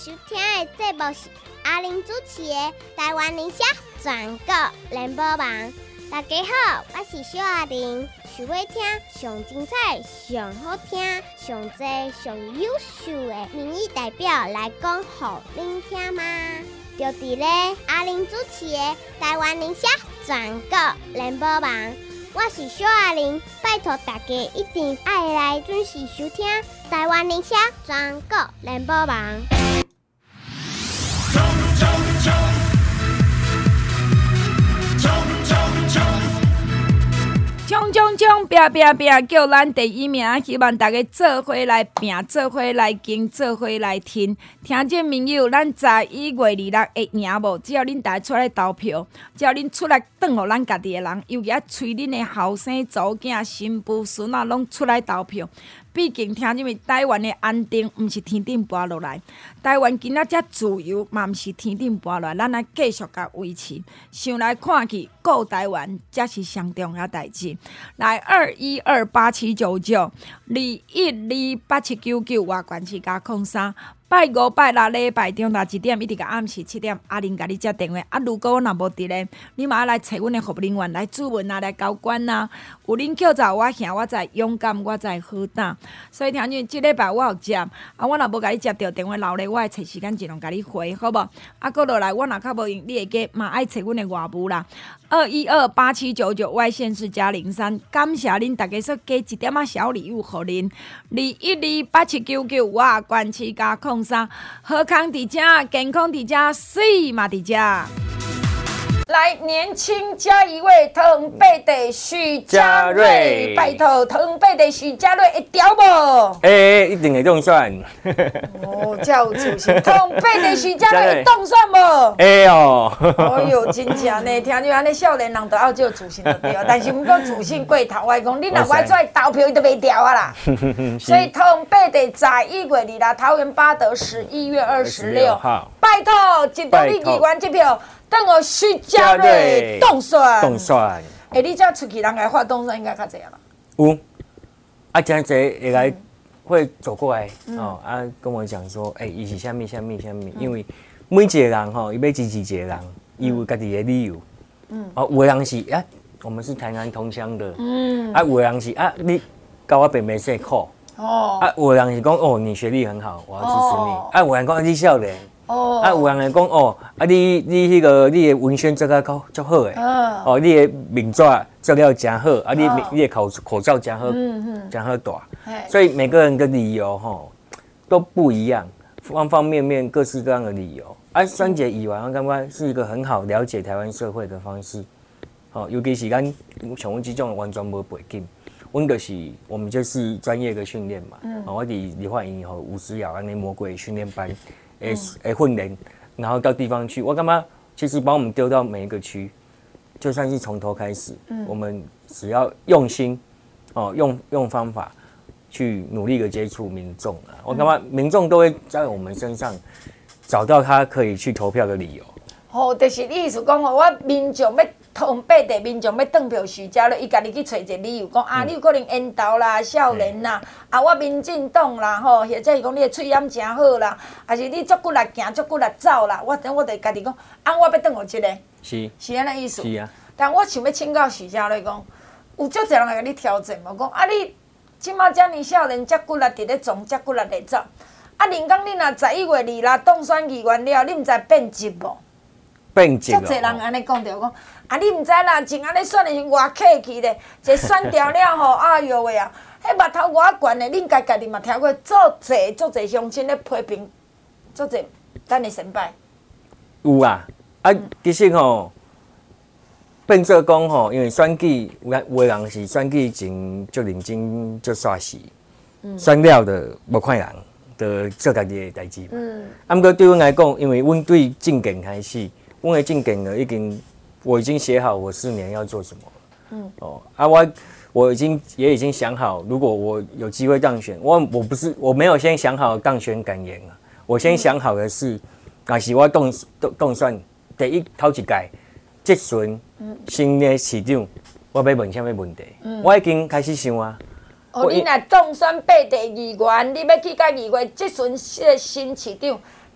收听的节目是阿玲主持的《台湾理想全国联播网》。大家好，我是小阿玲，想要听上精彩、上好听、上多、上优秀的民意代表来讲给您听吗？就伫咧阿玲主持的《台湾理想全国联播网》。我是小阿玲，拜托大家一定要来准时收听台湾理想全国联播网。 冲冲冲！冲冲冲！ 冲冲冲！拼拼拼！叫咱第一名，希望大家做伙来拼，做伙来竞，做伙来听。听众朋友，咱11月26会赢无？只要恁大家出来投票，只要恁出来转互咱家己的人，尤其啊催恁的后生、祖囝、新妇、孙仔拢出来投票。毕竟听众们，台湾的安定毋是天顶拔落来，台湾今仔只自由嘛毋是天顶拔落来，咱来继续甲维持。想来看去，顾台湾才是上重要代志。来212879921287799外关市加03。拜五、拜六、礼拜中昼1点一直到暗时7点，阿玲甲你接电话。如果我若无伫咧，你嘛来找阮的服务人员来主问啊，来交管啊。有恁扣走我兄，我在勇敢，我在好胆。所以听见即礼拜我有接，我若无甲你接到电话，留咧我会找时间尽量甲你回，好无？搁落来，我若较无用，你会记嘛爱找阮的外务啦。2128799外线是加03，感谢恁大家说加一点仔小礼物互恁。2128799外关市加03。好康伫遮，健康伫遮，水嘛伫遮。来，年轻加一位，腾背的许家瑞，拜托，腾背的许家瑞会调无？ 一定会动算。 哦，这有自信，腾背的许家瑞会动算无？ 哎呦，真正呢，听就安尼少年人都要有自信就对，但是毋过自信过头，我讲你若我出来投票，伊都袂调啊啦。所以腾背的在1月26，桃园八德11月26号，拜托，一动你议员这票。等我徐家瑞动算，你这出去人来发动算应该较济啦。 有，真济会走过来，跟我讲说，伊是虾米，因为每一个人伊要支持一个人，伊有家己的理由。有的人是我们是台南同乡的，有的人是你教我爸爸写苦，有的人是讲你学历很好，我要支持你，有人讲你少年。有人来讲你迄个你的文宣做甲足好诶，你的名纸做了真好，你的口罩真好，真好大，所以每个人的理由都不一样，方方面面各式各样的理由。选一个议员，我感觉是一个很好了解台湾社会的方式。尤其是像阮这种完全无背景，我们就是专业的训练嘛。我伫立法院50秒安尼魔鬼训练班。混人，然后到地方去，我感觉其实把我们丢到每一个区，就算是从头开始，我们只要用心，用方法去努力的接触民众我感觉民众都会在我们身上找到他可以去投票的理由。 就是你意思讲我民众要通八地，民众要投票徐家瑞，伊家己去找一个理由，讲你有可能缘投啦、少年啦，我民进党啦或者是讲你的喙炎真好啦，还是你足骨力行、足骨力走啦，我就家己讲，我要转互一个，是安尼意思。是啊。但我想要请教徐家瑞讲，有足侪人来甲你挑战无？讲你即马遮尔少年，遮骨力伫咧撞，遮骨力咧走，连讲你若11月26当选议员了，你毋知变质无？ 变质咯。 足侪人安尼讲着讲。你毋知啦，前安尼选的是偌客气咧，一选掉了吼，哎哟喂啊，迄目头偌悬的，恁家己嘛听过，足侪乡亲咧批评，足侪咱的成败。 有其实变做讲因为选举有的人是选举前足认真足煞死，选了的无看人，就做家己的代志嘛。毋过对阮来讲，因为阮对政见开始，阮的政见我已经写好我4年要做什么我已经想好，如果我有机会当选，我没有先想好当选感言我先想好的是，若是我当选头一届，这阵新的市长，我要问什么问题？我已经开始想你若当选8地议员，你要去甲议员，这阵新市长，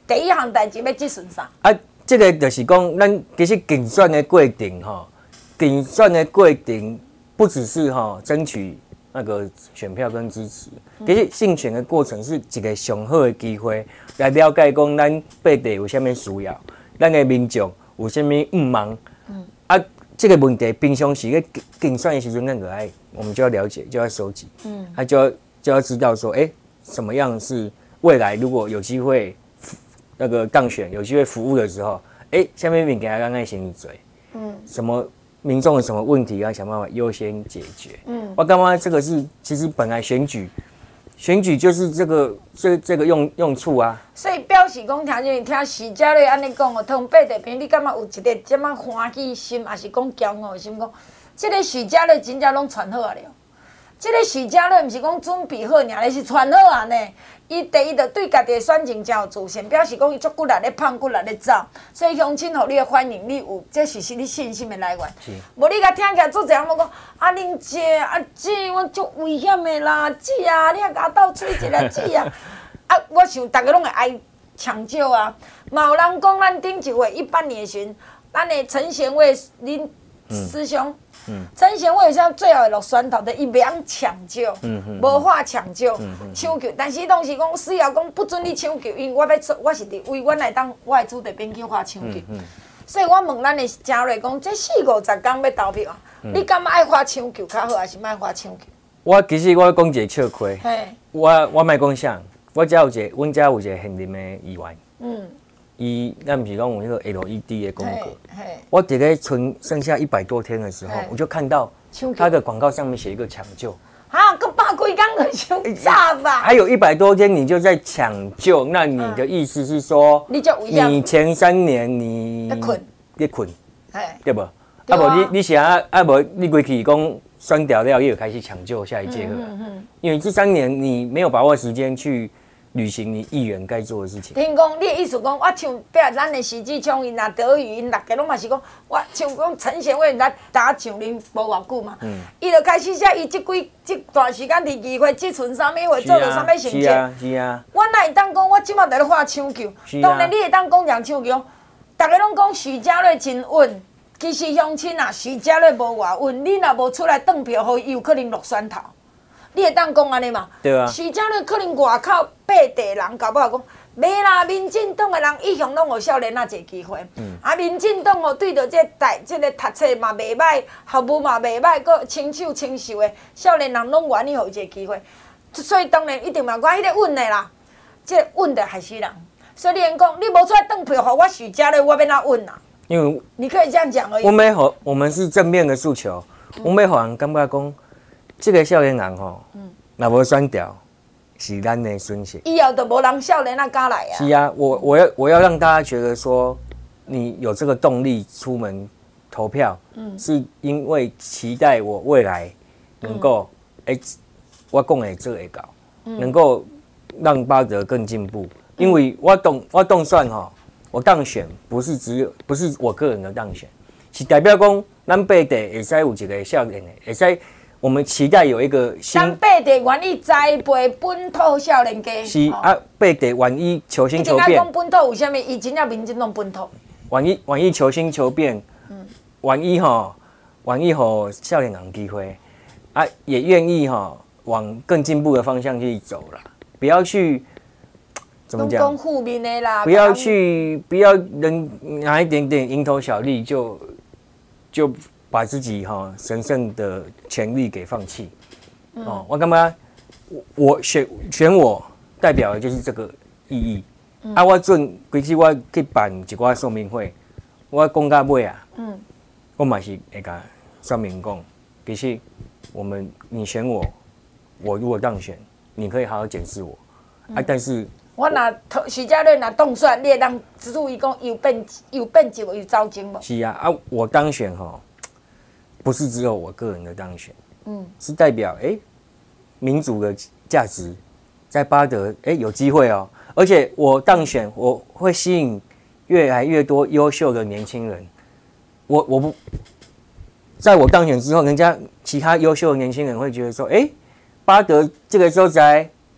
第一项代志要即顺啥？ 啊，这个就是讲，咱其实竞选的过程吼，竞选的过程不只是争取那个选票跟支持，其实竞选的过程是一个上好的机会，来了解讲咱各地有啥物需要，咱的民众有啥物忙，啊，这个问题平常时咧竞选的时阵，我们就要了解，就要收集，就要知道说，什么样是未来如果有机会那个当选，有机会服务的时候，下面物件要爱先做，什么民众有什么问题要想办法优先解决，我感觉这个是其实本来选举就是这个用处啊。 所以表示讲，听徐家瑞安尼讲哦，通八地平，你感觉有一个这么欢喜心，还是讲骄傲的心？讲，这个徐家瑞真正拢传好啊了。这个徐家瑞毋是讲准备好尔，是传好啊呢。伊第一就对家己的选情真有自信，表示讲伊足骨力咧捧骨力咧走，所以乡亲互你的欢迎，你有这是你信心的来源。无你甲听起来做这样，我讲啊，玲姐啊姐，我足危险的啦，姐啊，你啊甲我斗吹一下姐啊。啊，我想大家拢会爱抢救啊。嘛有人讲咱顶一回18年前，咱的陈贤伟恁师兄。陈贤伟像最后会落选头的，伊袂晓抢救，无法抢救，抢救。但是当时讲需要讲不准你抢救，因为我是伫为阮来当我的主地边去发抢救。所以我问咱的嘉瑞讲，这40-50天要投票，你敢爱发抢救较好，还是莫发抢救？ 其实我讲一个笑话，我莫讲啥，阮家有一个现任的议员，咱不是讲有那个 LED 的广告，我这个剩下100多天的时候，我就看到他的广告上面写一个抢救， 搁百几天就伤炸吧？ 还有100多天你就在抢救，那你的意思是说，你前3年你在困，对不？无你想无你过去讲选掉了，又开始抢救下一届了，因为这3年你没有把握时间去履行你议员该做的事情。 听讲，你的意思讲，我像比如咱的徐志昌因、德瑜因，大家拢嘛是讲，我像讲陈贤伟来打上恁无偌久嘛，伊就开始写伊这段时间伫议会积存啥物货，做了啥物成绩。 是啊。 我哪会当讲，我即马在咧发抢救？当然你会当讲讲抢救，大家拢讲徐家瑞真稳，其实乡亲啊，徐家瑞无偌稳，你若无出来登票，伊有可能落选头。你会当讲安尼嘛？ 对啊。 徐家瑞可能外口8地人搞不好讲，袂啦，民进党的人一向拢有少年仔一个机会。民进党哦对着这个读册嘛袂歹，学务嘛袂歹，佮清秀清秀的少年人拢愿意互伊一个机会。所以当然一定嘛，我迄个稳的啦，这个稳的害死人。所以你讲，你无出来登票，互我徐家瑞，我要哪稳啊？ 因为你可以这样讲而已。 我们是正面的诉求，我们互人感觉讲。这个少年人若无选掉，是咱的损失。 以后就无人少年敢来啊。 是啊，我要让大家觉得说，你有这个动力出门投票，是因为期待我未来能够，我讲的这会搞，能够让巴德更进步。因为我当选我当选不是我个人的当选，是代表讲咱八地会使有一个少年的，会使。我们期待有一个新。咱八地愿意栽培本土少年家。 是啊，八地愿意求新求变。 你讲本土有啥物？伊真正民进党本土。 愿意求新求变，愿意互少年人机会，也愿意往更进步的方向去走啦，不要去怎么讲？ 讲负面的啦。 不要拿一点点蝇头小利就把自己神圣的权利给放弃，我感觉我选我代表的就是这个意义。我规矩我去办一寡说明会，我讲到尾啊，我嘛是会甲说明讲，其实你选我如果当选，你可以好好检视我，但是我徐家瑞当选，你会当指出伊讲有变质无有走精无？ 是啊，我当选不是只有我个人的当选，是代表民主的价值在巴德有机会哦，而且我当选我会吸引越来越多优秀的年轻人，我不在我当选之后，人家其他优秀的年轻人会觉得说，巴德这个所在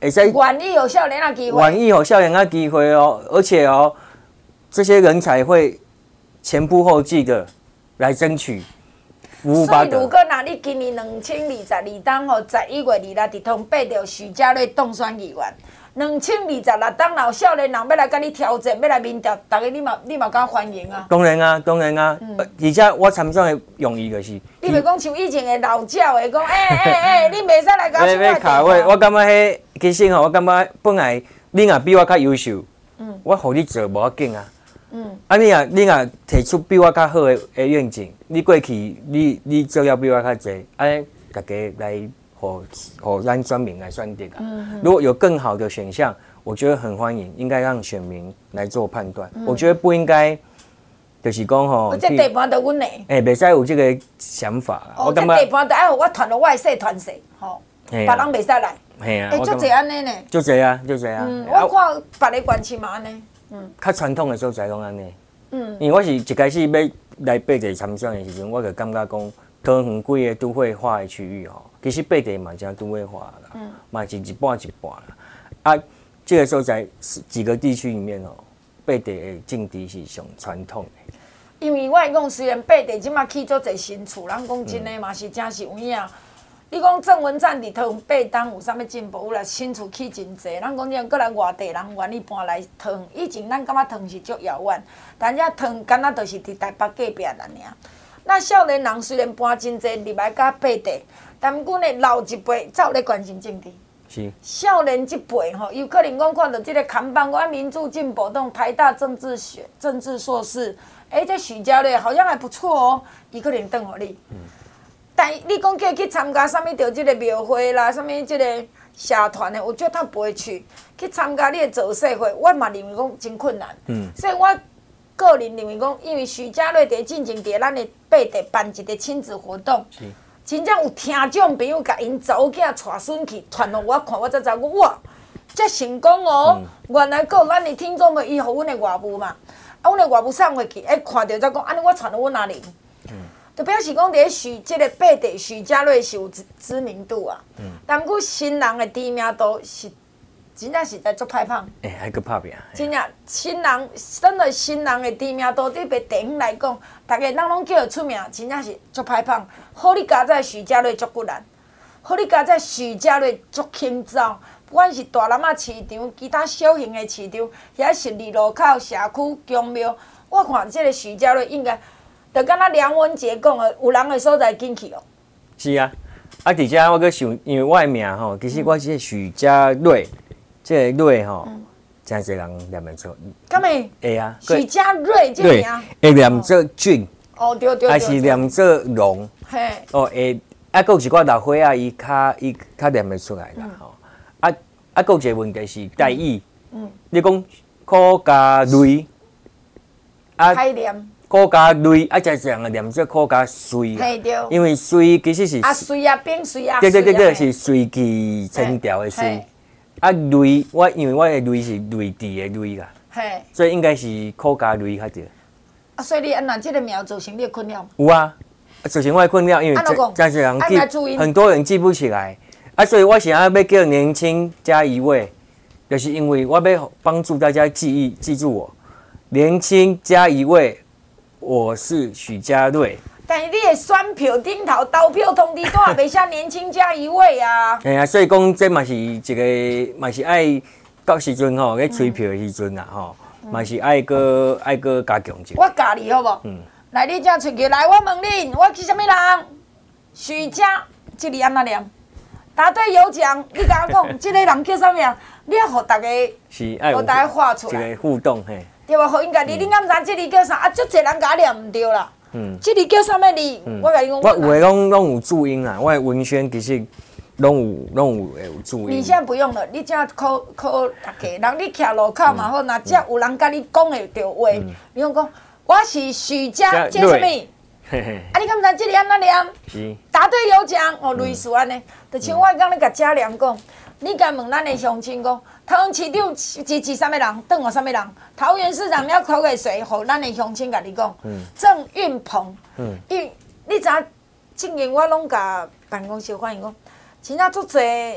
会使愿意有少年啊机会， 愿意有少年的机会哦，而且哦，这些人才会前仆后继的来争取服务八德。 所以如果若你今年2022年吼11月26日通八条徐家瑞当选议员，2026年有少年人要来甲你挑战，要来面调，大家你嘛敢欢迎啊？ 当然啊，当然啊，而且我参选的用意就是， 你袂讲像以前的老教的讲，你袂使来甲我要卡位，我感觉迄其实吼，我感觉本来你若比我较优秀，我互你做无要紧啊。你若提出比我较好的愿景，你过去你做了比我较济，安尼大家来互咱选民来选择啊。如果有更好的选项，我觉得很欢迎，应该让选民来做判断。我觉得不应该，就是讲吼， 这地盘就阮的。 袂使有这个想法啦。 这地盘就爱互我传到我的社团社，吼，别人袂使来。 嘿啊， 足侪安尼呢。 足侪啊，足侪啊。 我看别个县市嘛安尼。 较传统的所在拢安尼。因为我是一开始要来八地参选的时阵，我就感觉讲，桃园几个都会化的区域吼，其实八地嘛真都会化啦，嘛是一半一半啦。啊，这个所在几个地区里面哦，八地的政治是上传统的。 因为我讲，虽然八地即马起足侪新厝，人讲真诶嘛是真是有影。你讲郑文灿伫桃园八当有啥物进步？有啦，新厝起真济。咱讲这过来外地人愿意搬来桃园，以前咱感觉桃园是足遥远，但这桃园敢若就是伫台北隔壁啦尔。那少年人虽然搬真济入来甲八地，但毋过呢老一辈才有咧关心政治。 是。 少年这辈吼，有可能讲看到这个看板，我民主进步党台大政治硕士，这许家瑞好像还不错哦，伊可能等互你。但你讲叫去参加啥物着即个庙会啦，啥物即个社团的，我觉得他不会去。去参加你的造势会，我嘛认为讲真困难。所以我个人认为讲，因为徐家瑞伫进前伫咱的八地办一个亲子活动，真正有听众朋友甲因查某囝带孙去传互我看，我才知讲哇，遮成功哦！原来有咱的听众们伊互阮的外母嘛，阮的外母送回去，看到才讲，安尼我传到阮阿玲。就表示讲，伫徐即个八地徐家瑞是有知名度啊，但毋过新人的知名度是真正实在足歹芳。 还佫拍拼。 真正新人真的新人的知名度，对别地方来讲，大家人拢叫会出名，真正是足歹芳。好你家在徐家瑞足骨力，好你家在徐家瑞足轻松。不管是大南仔市场，其他小型的市场，遐十字路口、社区、公庙，我看即个徐家瑞应该。就敢若梁文杰讲的，有人的所在进去哦。 是啊，而且我阁想，因为我的名吼，其实我是许家瑞，这个瑞吼，真侪人念袂出。 敢会？ 会啊。 许家瑞这名。 会念做俊。 哦，对对对。 还是念做龙。 嘿。 哦，会，佫有一寡老伙仔伊较念袂出来啦吼。佫有一个问题是台语。你讲柯家瑞。 歹念。 柯家瑞，才这样个念做柯家瑞啦，因为瑞其实是瑞啊，变瑞啊， 对，是瑞气清调的瑞。瑞，因为我的瑞是瑞地的瑞啦，所以应该是柯家瑞较对。 所以你安那这个名造成你的困扰？ 有啊，造成我的困扰，因为真是人记，很多人记不起来。所以我想要叫年轻加一位，就是因为我要帮助大家记住我，年轻加一位。我是许家瑞， 但是你的选票顶头投票通知单也袂写年轻加一位啊。 嘿啊，所以讲这嘛是一个，嘛是爱到时阵吼，咧吹票的时阵啊吼，嘛是爱个加强一下。 我教你好无？来，你遮出去来，我问你，我是啥物人？许家，这里安怎念？答对有奖，你甲我讲，这个人叫啥名？你要互大家，互大家画出来， 一个互动嘿。 对无？互因家己，你敢毋知这里叫啥？啊，足侪人甲我念毋对啦。这里叫啥物字？我甲你讲， 我有诶拢有注音啦。我诶文宣其实拢有注音。 你现在不用了，你只考大家，人你徛路口嘛好，若只有人甲你讲会着话，你讲我是许家，这啥物？啊，你敢毋知这里安怎念？ 是。 答对有奖哦，类似安尼。就像我刚咧甲嘉良讲，你敢问咱的乡亲讲？桃园市长支持啥物人，等我啥物人？桃园市长要投给谁？互咱的乡亲甲你讲，郑运鹏。因为你知影，之前我拢甲办公室反映讲，真正足侪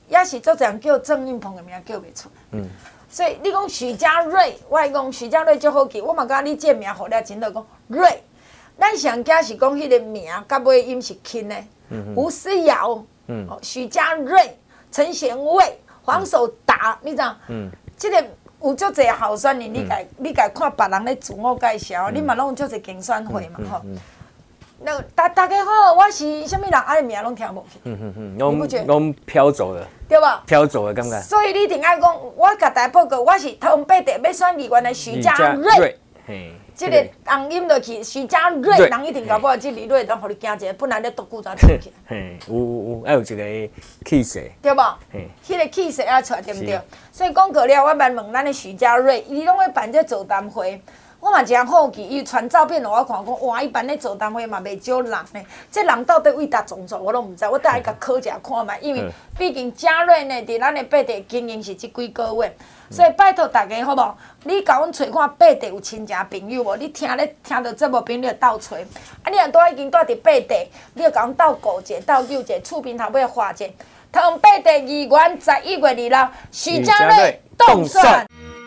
也是做这样叫郑运鹏的名叫袂出来。所以你讲许家瑞，我会讲许家瑞足好记，我嘛感觉你这名好了，真的讲瑞。咱上家是讲迄个名，到尾音是轻的。吴思瑶，许家瑞、陈贤卫、黄守达，你知道？这个有足侪候选人，你家看别人咧自我介绍，你嘛拢有足侪竞选会嘛吼。那大家好，我是什么人？啊，名拢听无去。 拢飘走了， 对吧？ 飘走了，感觉。 所以你一定爱讲，我甲大家报告，我是桃园八地要选议员的许家瑞。这个红音落去，许家瑞，人一定搞不好这里瑞，当互你惊一下，本来咧独孤才出去。 有，要有一个气势， 对无？迄个气势要出来，对不对？所以讲过了，我问问咱的许家瑞，伊拢会办这座谈会。我嘛真好奇，伊传照片互我看，讲哇，伊办咧座谈会嘛袂少人呢。这人到底伟大种种，我都毋知。我等下甲考一下看觅，因为毕竟嘉瑞呢，伫咱的八地经营是即几个月，所以拜托大家好无？你甲阮找看八地有亲情朋友无？你听到节目朋友倒找。啊，你若已经住伫八地，你就甲阮倒顾者、倒救者，厝边头尾画者。桃园八地议员11月26，许家瑞动算。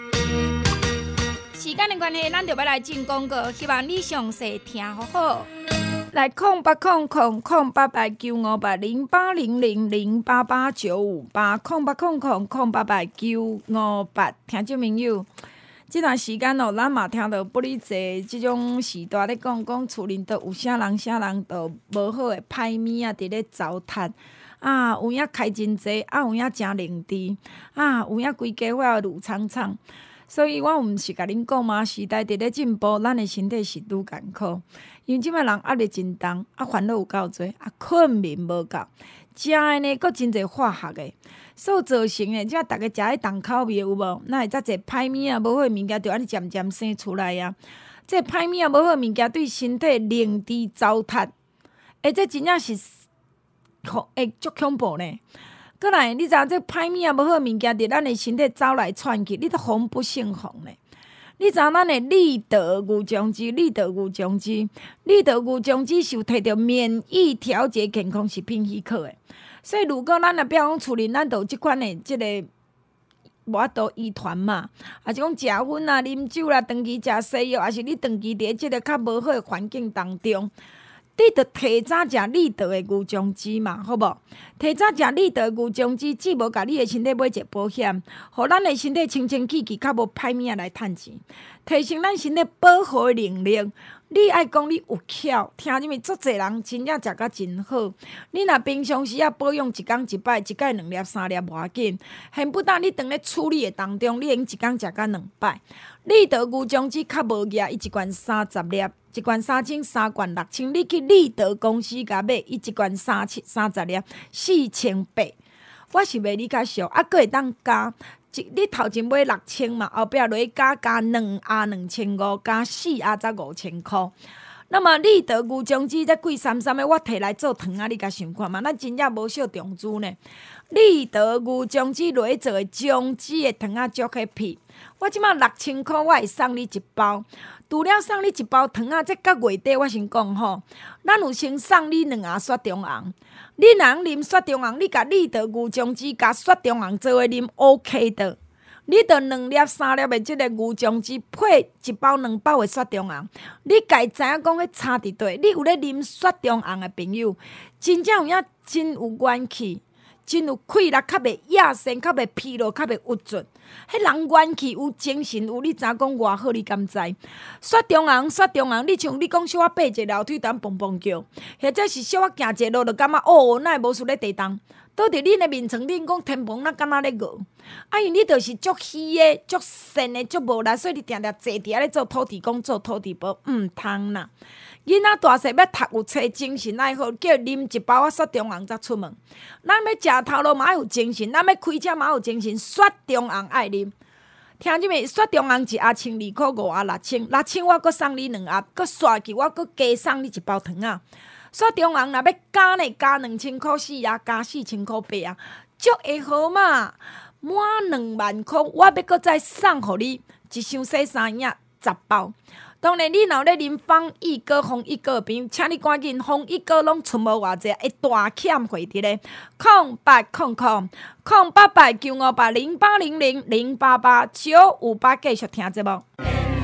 时间的关系，咱就要来进广告，希望你详细听好好。来0800-08958，0800-088-958，0800-088-958，听众朋友，这段时间哦，咱嘛听到不哩侪即种时代咧讲厝里头有啥人都无好的歹物啊，伫咧糟蹋。啊，有影开真济，啊，有影真灵智，啊，有影规家伙路苍苍。所以我毋是甲恁讲嘛，时代伫咧进步，咱的身体是愈艰苦。因为即摆人压力真重，啊烦恼有够多，啊困眠无够，食的呢佫真侪化学的，所造成的，即摆逐个食迄重口味有无？哪会遮侪歹物啊？无好物件就安尼渐渐生出来啊！这歹物啊，无好物件对身体灵智糟蹋，这真正是足恐怖呢。过来，你知影这歹物啊，无好物件伫咱的身体走来窜去，你都防不胜防呢。你知影咱的立德牛浆汁是有摕到免疫调节健康食品许可的。所以如果咱若比如讲厝里，咱都有即款的即个无法度遗传嘛，啊，是讲食薰啊、啉酒啦、长期食西药，还是你长期伫即个较无好的环境当中。你着提早食立德的牛浆汁嘛，好无？提早食立德的牛浆汁，既无甲你的身体买一个保险，互咱的身体清清气气，较无歹物仔来趁钱，提升咱身体保护的能力。你爱讲你有巧，听入面足侪人真正食甲真好。你若平常时啊保养一工一摆，一摆2粒3粒无要紧，恨不得你当咧处理的当中，你用一工食甲2摆。立德牛浆汁较无额，伊一罐30粒。一罐3000，3罐6000，你去立德公司甲买，伊一罐30粒4800，我是卖你较俗，啊，佫会当加，你头前买6000嘛，后壁落去加2盒2500，加4盒才5000块。那么立德牛浆汁这贵33的，我摕来做糖啊，你甲想看嘛？咱真正无少重资呢。立德牛浆汁落去做的姜汁的糖啊，足起屁。我即马6000块，我会送你一包。除了送你一包糖啊，这到月底我先讲吼，咱有先送你2盒雪中红。你若啉雪中红，你甲立德牛浆汁甲雪中红做伙啉 OK 的。你着2粒3粒的即个牛浆汁配1包2包的雪中红，你家知影讲迄差伫倒？你有咧啉雪中红的朋友，真正有影真有元气，真有气力，较袂野生，较袂疲劳，较袂郁卒。迄人元气有精神有，你知影讲偌好？你敢知？雪中红，你像你讲小我爬一个楼梯，当蹦蹦叫，或者是小我行一个路，就感觉哦，哪会无事咧地动？倒伫恁的面床顶讲天棚，哪敢若咧饿？啊，因为你就是足虚的、足瘦的、足无力，所以你定定坐伫遐咧做土地公、做土地婆，毋通啦。囡仔大细要读有册，精神爱好，叫啉1包雪中红才出门。咱要食头路嘛爱有精神，咱要开车嘛有精神，雪中红爱啉。听入面，雪中红1盒12块，5盒6000，6000我佫送你2盒，佫刷去我佫加送你1包糖啊。雪中红若要加呢，加2000块4盒，加4000块8盒，足会好嘛。满2万块，我要佫再送互你一箱洗衫液10包。 当然，你若咧啉方益哥、红益哥边，请你赶紧方益哥拢存无偌济，会大欠回伫咧0800-958-0800-088-958继续听节目。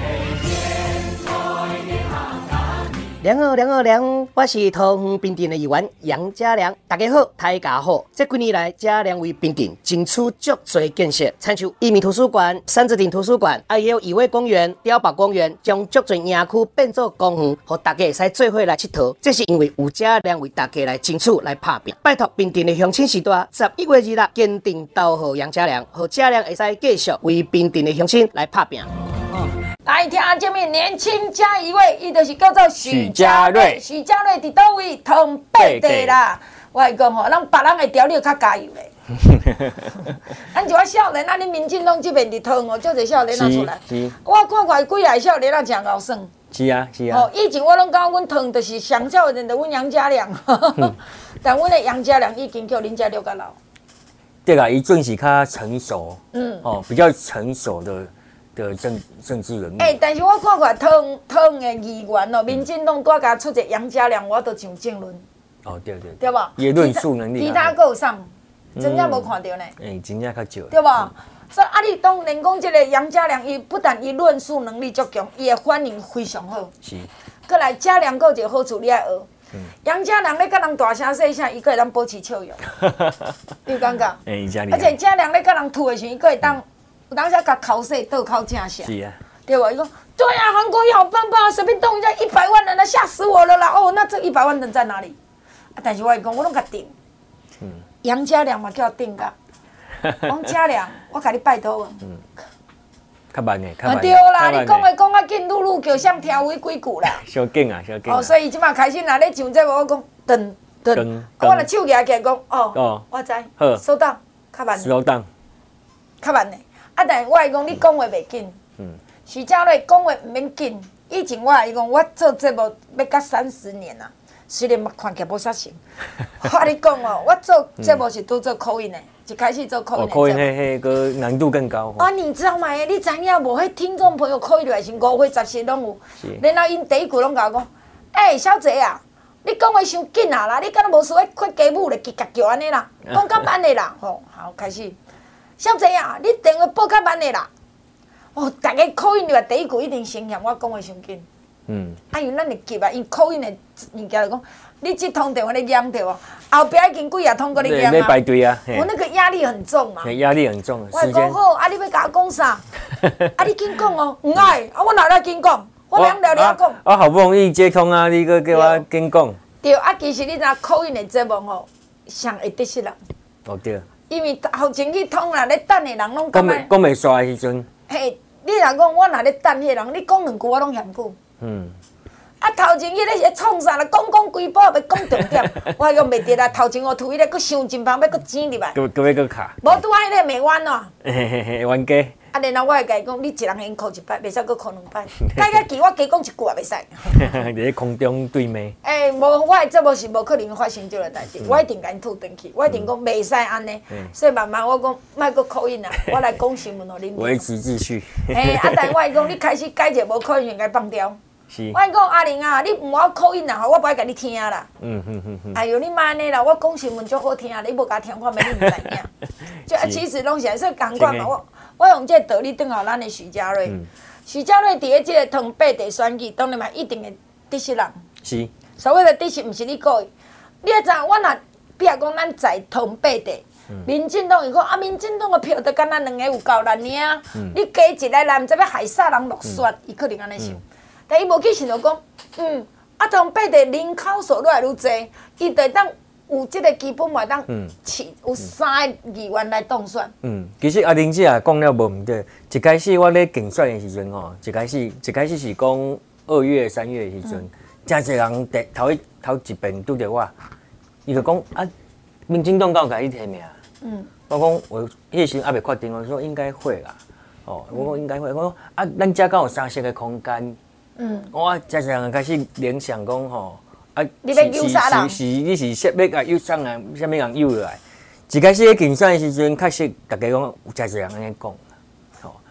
良好，我是桃园bình镇的议员杨家良。大家好，大家好。这几年来，家良为bình镇争取足多建设，参像一民图书馆、三字亭图书馆，还有义威公园、碉堡公园，将足多园区变作公园，让大家会使做伙来佚佗。这是因为有家良为大家来争取来拍拼。拜托bình镇的乡亲时代，11月2日坚定投予杨家良，让家良会使继续为bình镇的乡亲来拍拼。 来听这面年轻加一位，伊就是叫做许家瑞。许家瑞伫倒位？通北地啦。我会讲吼，咱别人会调你较加油咧。咱一寡少年，咱恁民进党这边伫通哦，足侪少年拿出来。我看看几个少年啊，真够耍。 是啊。 哦，以前我拢讲阮通就是上少年的阮杨家良，但阮的杨家良已经叫恁家六甲老。 对啦，伊准是较成熟，比较成熟的政治人物。 但是我看看通的议员哦，民进党多加出一个杨家良，我都上正论。 哦，对， 对吧？ 伊论述能力。 其他还有啥？真正无看到呢。 真正较少。 对吧？所以你当然讲这个杨家良，伊不但伊论述能力足强，伊的反应非常好。 是。 过来家良还有一个好处，你爱学。杨家良咧，甲人大声说啥，伊个会当保持笑容。你有感觉？而且家良咧，甲人吐的时候，伊个会当。有当时甲口水倒口正下， 是啊， 对吧？伊讲对啊，韩国瑜好棒棒，随便动一下100万人了，吓死我了啦！哦，那这100万人在哪里？但是我会讲，我拢甲定。杨家良嘛叫我定噶，讲家良，我甲你拜托啊。 较慢的， 对啦，你讲啊紧，愈叫谁听有几句啦。 小紧啊。 哦，所以即马开始若咧上节目，我讲等，我若手举起来讲，哦，我知，好，稍等，较慢。较慢的。但是我会讲，你讲话袂紧。许家瑞讲话毋免紧。以前我会讲，我做节目要到30年啦，虽然看起来无啥成。我你讲哦，我做节目是拄做口音的，一开始做口音的。 口音迄个难度更高。 你知道吗？你知影无？迄听众朋友口音落来是5岁、10岁拢有。然后因第一句拢甲我讲：小姐啊，你讲话伤紧啊啦！你敢若无输咧看家母咧，叫安尼啦，讲较慢的啦。好，开始。小姐啊，你电话拨较慢的啦。大家口音话第一句一定先嫌我讲话伤紧。因为咱会急啊，因口音的物件就讲，你这通电话你验着哦，后壁已经几啊通过你验啊。 要排队啊。 我那个压力很重嘛。 压力很重。 我讲好，你要甲我讲啥？你紧讲哦，唔爱，我哪来紧讲？我两聊聊讲。 我好不容易接通啊，你搁叫我紧讲。 对，其实你知口音的节目吼，上会得失人。 对。 因为后前去通啦，咧等的人拢讲袂煞的时阵。 你若讲我若咧等迄人，你讲2句我拢嫌久。头前迄个是创啥啦？讲规部要讲重点，我讲袂得啦。头前推咧，佫伤真芳，要佫剪入来。 佫卡。 无拄啊，迄个袂弯咯。 冤家。 然后我会甲伊讲，你一人先哭1摆，袂使佫哭2摆。改甲记我加讲1句也袂使。 伫咧空中对骂。 无，我的节目是无可能发生这个代志，我一定甲因吐转去，我一定讲袂使安尼。所以慢慢我讲，莫佫口音啦，我来讲新闻互恁。 维持秩序。 但我会讲，你开始改一个无口音，该放掉。 是。 我讲阿玲啊，你唔我口音啦，我不爱甲你听啦。哎呦，你莫安尼啦，我讲新闻足好听，你无甲听，我免你唔知影。就其实拢是说共款嘛，我用这个道理转互咱的许家瑞。许家瑞伫咧这个通北地选举，当然嘛一定会得失人。 是。 所谓的得失，毋是你故意。你也知，我若比如讲咱在通北地，民进党伊讲民进党的票都敢若2个有够难尔。你加一个来，毋知要害啥人落选，伊可能安尼想。但伊无去想到讲，通北地人口数愈来愈侪，伊就当有即个基本嘛，当有3个议员来当选。 其实玲姐也讲了无毋对。一开始我咧竞选的时阵吼，一开始是讲2月、3月的时阵，真侪人头一遍拄着我，伊就讲民进党敢有甲你提名？我讲我迄时还袂确定，我说应该会啦。我讲应该会，我讲咱遮敢有3色的空间。我真侪人开始联想讲吼。 你要诱杀人？ 你是说要甲诱杀人，啥物人诱落来？一开始咧竞选的时阵，确实大家讲有真侪人安尼讲，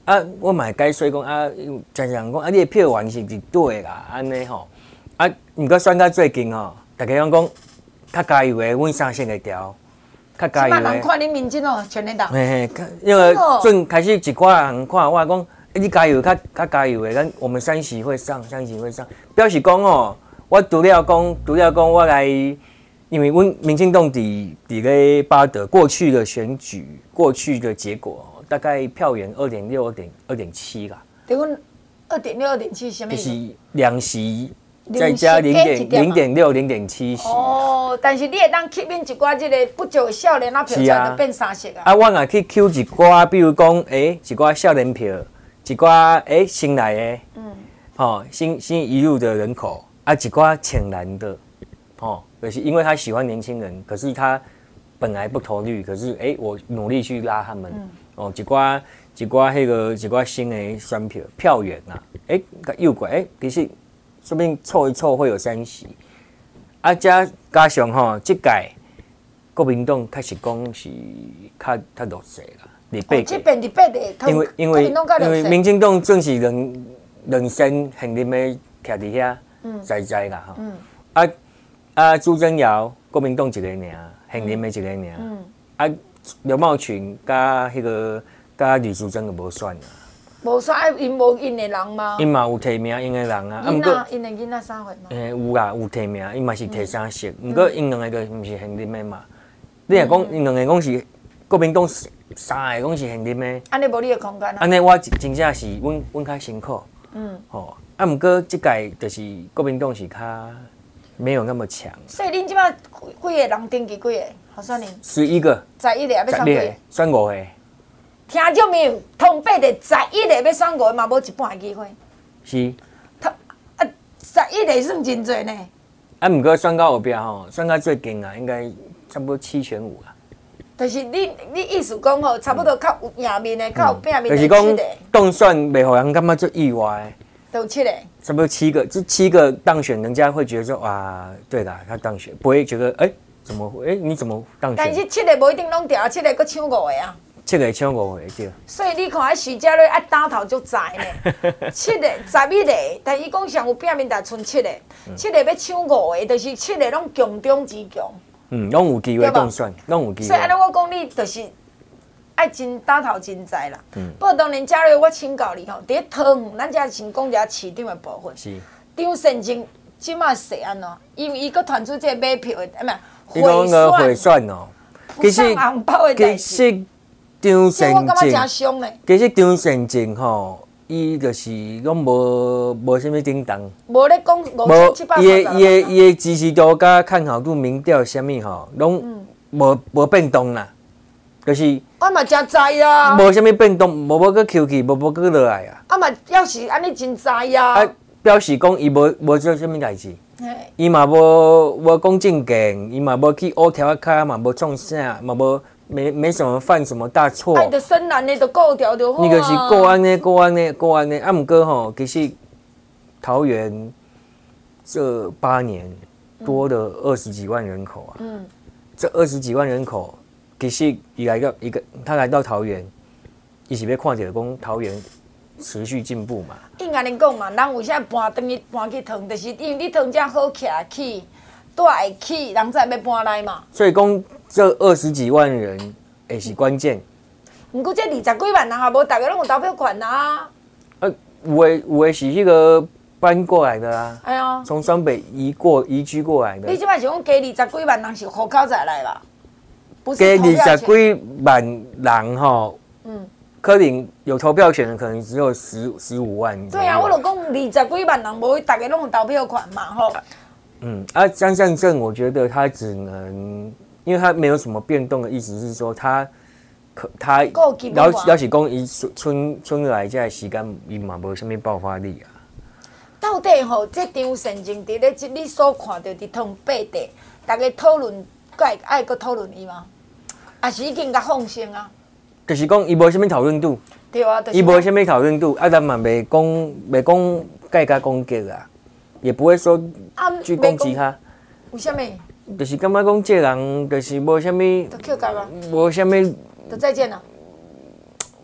啊，我嘛会解说讲啊，常常讲啊，你的票源是伫对啦，安尼吼。啊，毋过选到最近吼，大家讲较加油的，阮三线会调，较加油的。 人看你民进哦，全领导。 嘿嘿，因为阵开始一寡人看我讲，你加油，较加油的，咱我们三席会上，表示讲哦，我除了讲我来，因为阮民进党伫咧巴德过去的选举，过去的结果。大概票源2.6、2.7啦。 对，阮2.6、2.7什么意思？ 就是2席再加0.6、0.7席。 哦，但是你会当吸引一寡即个不久少年啊票出来就变3席啊。 啊，我也去抽一寡，比如讲，一寡少年票，一寡新来的，新移入的人口，啊，一寡浅蓝的，就是因为他喜欢年轻人，可是他本来不投绿，可是我努力去拉他们。一寡新的选票源啊，又过其实说不定凑一凑会有3席，啊加上吼，这届国民党开始讲是较弱势啦，伫8 这边伫8个， 因为民进党正是两身现任的徛伫遐在啦吼，啊朱振尧国民党一个尔，现任的一个尔，啊。刘茂群甲吕淑珍就无选啦。 无选，因无因的人吗？ 因嘛有提名因的人啊。 因的囡仔3岁吗？ 有啦，有提名，因嘛是提3席，毋过因两个就毋是现任的嘛。你若讲因两个讲是国民党3个讲是现任的， 安尼无你的空间啊。 安尼我真正是阮较辛苦。啊，毋过即届就是国民党是较没有那么强。所以恁即摆几个人登记几个？候选人 11个， 在1个要选几个？ 选5个。 听众没有？通8个，在1个要选5个嘛，无一半的机会。 是。 在1个算真侪呢。 啊，毋过选到后壁吼，选到最近啊，应该差不多7选5啦。 就是你意思讲吼，差不多较有赢面的，较有拼面的。 就是讲当选袂互人感觉足意外。 都7个。 差不多7个，这7个当选，人家会觉得说哇，对啦，他当选，不会觉得怎么会？你怎么当选？ 但是7个无一定拢调，7个搁抢5个啊。 7个抢5个对。 所以你看，徐家瑞打头就在呢。7个11个，但伊讲上有拼面，但剩7个，7个要抢5个，就是7个拢强中之强。 拢有机会当选，拢有机会。 所以安尼我讲你就是爱真打头真在啦。不过当然，家瑞我请教你吼，伫桃园，咱才先讲一下市场的部分。是。张善政即马势安怎？因为伊搁传出这买票的， 你讲个贿选哦， 其实张善政， 我感觉真伤嘞。 其实张善政吼，伊就是讲无啥物叮当， 无咧讲5700。 伊的支持度甲看好度民调啥物吼，拢无变动啦，就是。 我嘛真知啊。 无啥物变动，无搁扣去，无搁落来啊。 啊嘛，要是安尼真知啊。 表示讲伊无做啥物代志，伊嘛无讲政见，伊嘛无去乌条卡，嘛无创啥，嘛无没什么犯什么大错。 爱着深蓝的，着顾条就好啊。 你就是过安尼，啊，毋过吼，其实桃园这8年多的20几万人口啊，这20几万人口，其实他来到桃园，伊是要看着讲桃园持续进步嘛。 应安尼讲嘛，人为啥搬去桃，就是因为你桃遮好徛起，住会起，人才要搬来嘛。 所以讲这20几万人也是关键。 毋过这20几万人也无大家拢有投票权啊。 有的是迄个搬过来的啊。 哎呀， 从双北移居过来的。 你即摆是讲加20几万人是户口才来吧？不是加20几万人吼。可能有投票权的，可能只有15万。 对啊，我就讲20几万人，无大家拢有投票权嘛，吼。 张善政，我觉得他只能，因为他没有什么变动的意思是说，他要是讲伊春来这时间，伊嘛无啥物爆发力啊。 到底吼，这张善政伫咧，你所看到伫通8地，大家讨论，爱搁讨论伊吗？还是已经甲放生啊？ 就是讲，伊无啥物讨论度， 对啊， 伊无啥物讨论度，咱嘛袂讲盖甲攻击啊，也不会说去攻击他。 为什么？ 就是感觉讲这人就是无啥物， 就扣甲啊， 无啥物， 就再见了。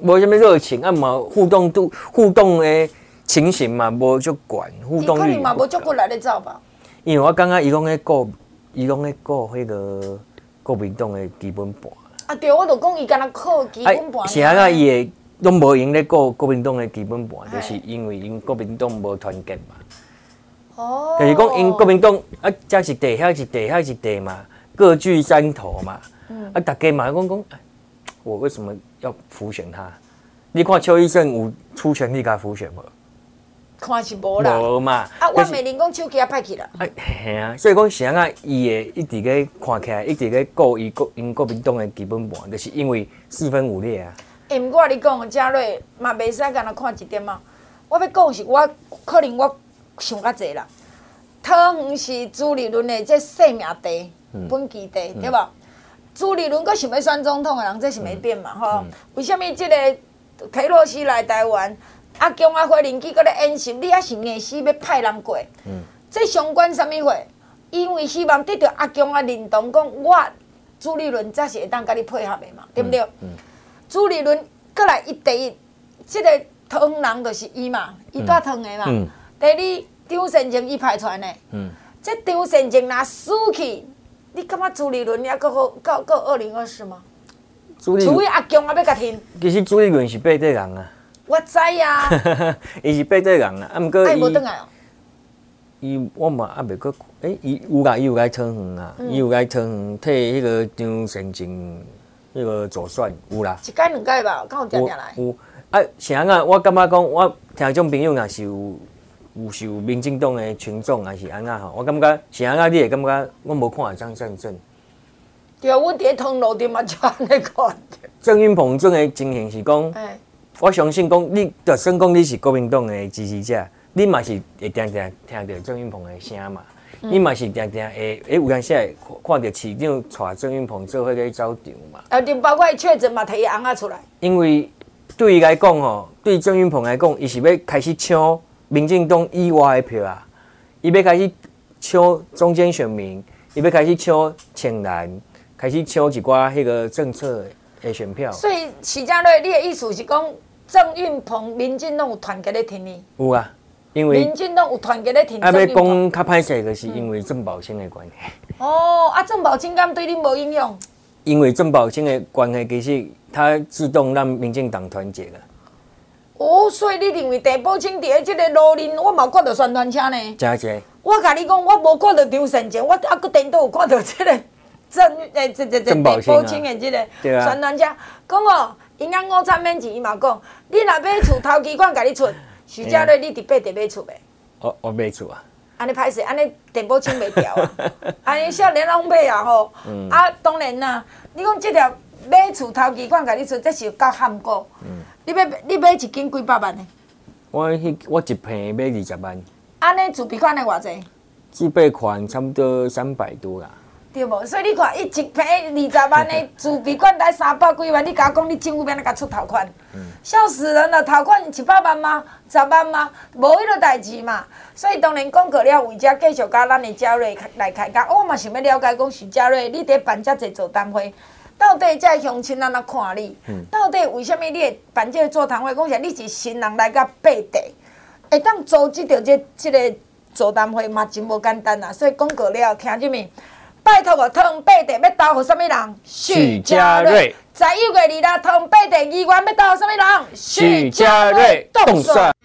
无什么热情，啊嘛互动的情形嘛无足悬，互动率可能嘛无足骨力咧走吧。 因为我感觉伊拢咧顾迄个国民党的基本盘。 啊对，我就讲伊敢若靠基本盘。 是啊，伊会拢无用咧顾国民党的基本盘，就是因为因国民党无团结嘛。 哦。 就是讲因国民党啊，这一地，遐一地，遐一地嘛，各据山头嘛。啊，大家嘛讲，我为什么要辅选他？你看邱医生有出全力甲辅选无？ 看是无啦。 无嘛。 啊，我美玲讲手机也歹去啦。 啊，嘿啊，所以讲啥啊，伊会一直咧看起来，一直咧顾因国民党的基本盘，就是因为四分五裂啊。 毋过你讲嘉瑞嘛袂使干那看一点嘛。我要讲是我可能我想较济啦。桃园是朱立伦的这生命地、本基地，对无？朱立伦阁想要选总统的人，这是袂变嘛吼。为什么这个佩洛西来台湾，啊，共和会任期阁咧演习，你还是硬死要派人过？这相关啥物货？因为希望得到阿共啊认同，讲我朱立伦才是会当甲你配合的嘛，对不对？朱立伦过来伊第一，这个桃园人就是伊嘛，伊住桃园的嘛。第二，张善政伊派出来的。这张善政若死去。你感觉朱立伦也够好，够2024吗？除非阿强也要甲听。 其实朱立伦是八德人啊。 我知啊。 伊是八德人啊，啊，毋过伊无转来哦。 伊我嘛还袂过，伊有来桃园啊，伊有来桃园替迄个张善政迄个助选有啦。 一届两届吧，敢有定定来？ 有啊，啥啊？我感觉讲，我听种朋友若是有受民进党的群众，还是安那吼？我感觉是安那，你会感觉我无看张善政。 对啊，阮伫咧通路顶嘛就安尼看。 郑运鹏这个情形是讲，我相信讲，你就算讲你是国民党的支持者，你嘛是会常常听到郑运鹏的声嘛。你嘛是常常会有当时会看到市长带郑运鹏做伙去走场嘛。 啊，就包括确诊嘛，摕伊翁仔出来。 因为对伊来讲吼，对郑运鹏来讲，伊是要开始抢民进党以外的票啊，伊要开始抢中间选民，伊要开始抢青蓝，开始抢一寡迄个政策的选票。 所以许家瑞，你的意思是讲郑运鹏、民进党有团结咧挺你？ 有啊，因为民进党有团结咧挺郑运鹏。要讲较歹势，就是因为郑宝清的关系。 哦，啊，郑宝清敢对你无影响？ 因为郑宝清的关系，其实他自动让民进党团结了。 哦，所以你认为郑宝清伫咧即个路任，我嘛有看到宣传车呢。 真济。 我甲你讲，我无看到张善政，我还佫颠倒有看到即个郑宝清的即个宣传车，讲哦，营养午餐免钱，伊嘛讲，你若买厝头期款，甲你出，徐家瑞，你伫八地买厝袂？ 我买厝啊。 安尼歹势，安尼郑宝清袂调啊，安尼少年拢买啊吼。啊，当然啦，你讲即条买厝头期款，甲你出，这是够含糊。你买一间几百万的？ 我一平买20万。 安尼自备款的偌济？ 自备款差不多300多啦。 对无？所以你看，伊一平20万的自备款才300几万，你甲我讲你政府免甲出头款，笑死人了！头款100万吗？10万吗？无迄个代志嘛。所以当然讲过了，为遮继续甲咱的嘉瑞来开讲，我嘛想要了解讲徐嘉瑞，你伫办遮侪座谈会。到底这乡亲安怎看你？到底为什么你会办这个座谈会？讲起来，你是新人来到八地，会当组织到这个座谈会嘛，真无简单啊！所以讲过了，听见没？拜托哦，桃园八地要投互什么人？ 许家瑞。 11月26，桃园八地议员要投互什么人？ 许家瑞。动算。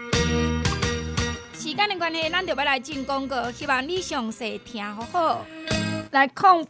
时间的关系，咱就要来进广告，希望你详细听好好。 来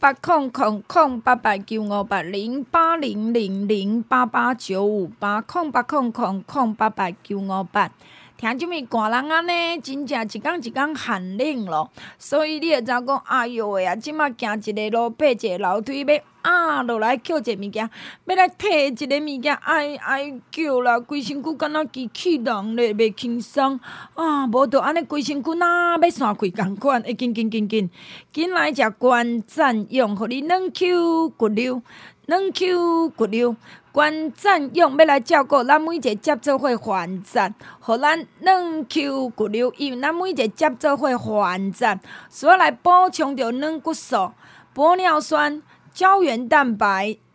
08000958088958，0800088958，听这么寒人安尼，真正一天一天寒冷咯。所以你会知讲，哎哟喂啊，即马行一个路，爬一个楼梯，要落来捡一个物件，要来摕一个物件，哎叫啦，规身躯敢若机器人咧，袂轻松啊！无就安尼，规身躯若要散开共款，会紧来食关赞用，互你软 Q 骨溜，软 Q 骨溜。关赞用要来照顾咱每一个接做伙还赞，互咱软 Q 骨溜，因为咱每一个接做伙还赞，所以来补充着软骨素、玻尿酸、胶原蛋白、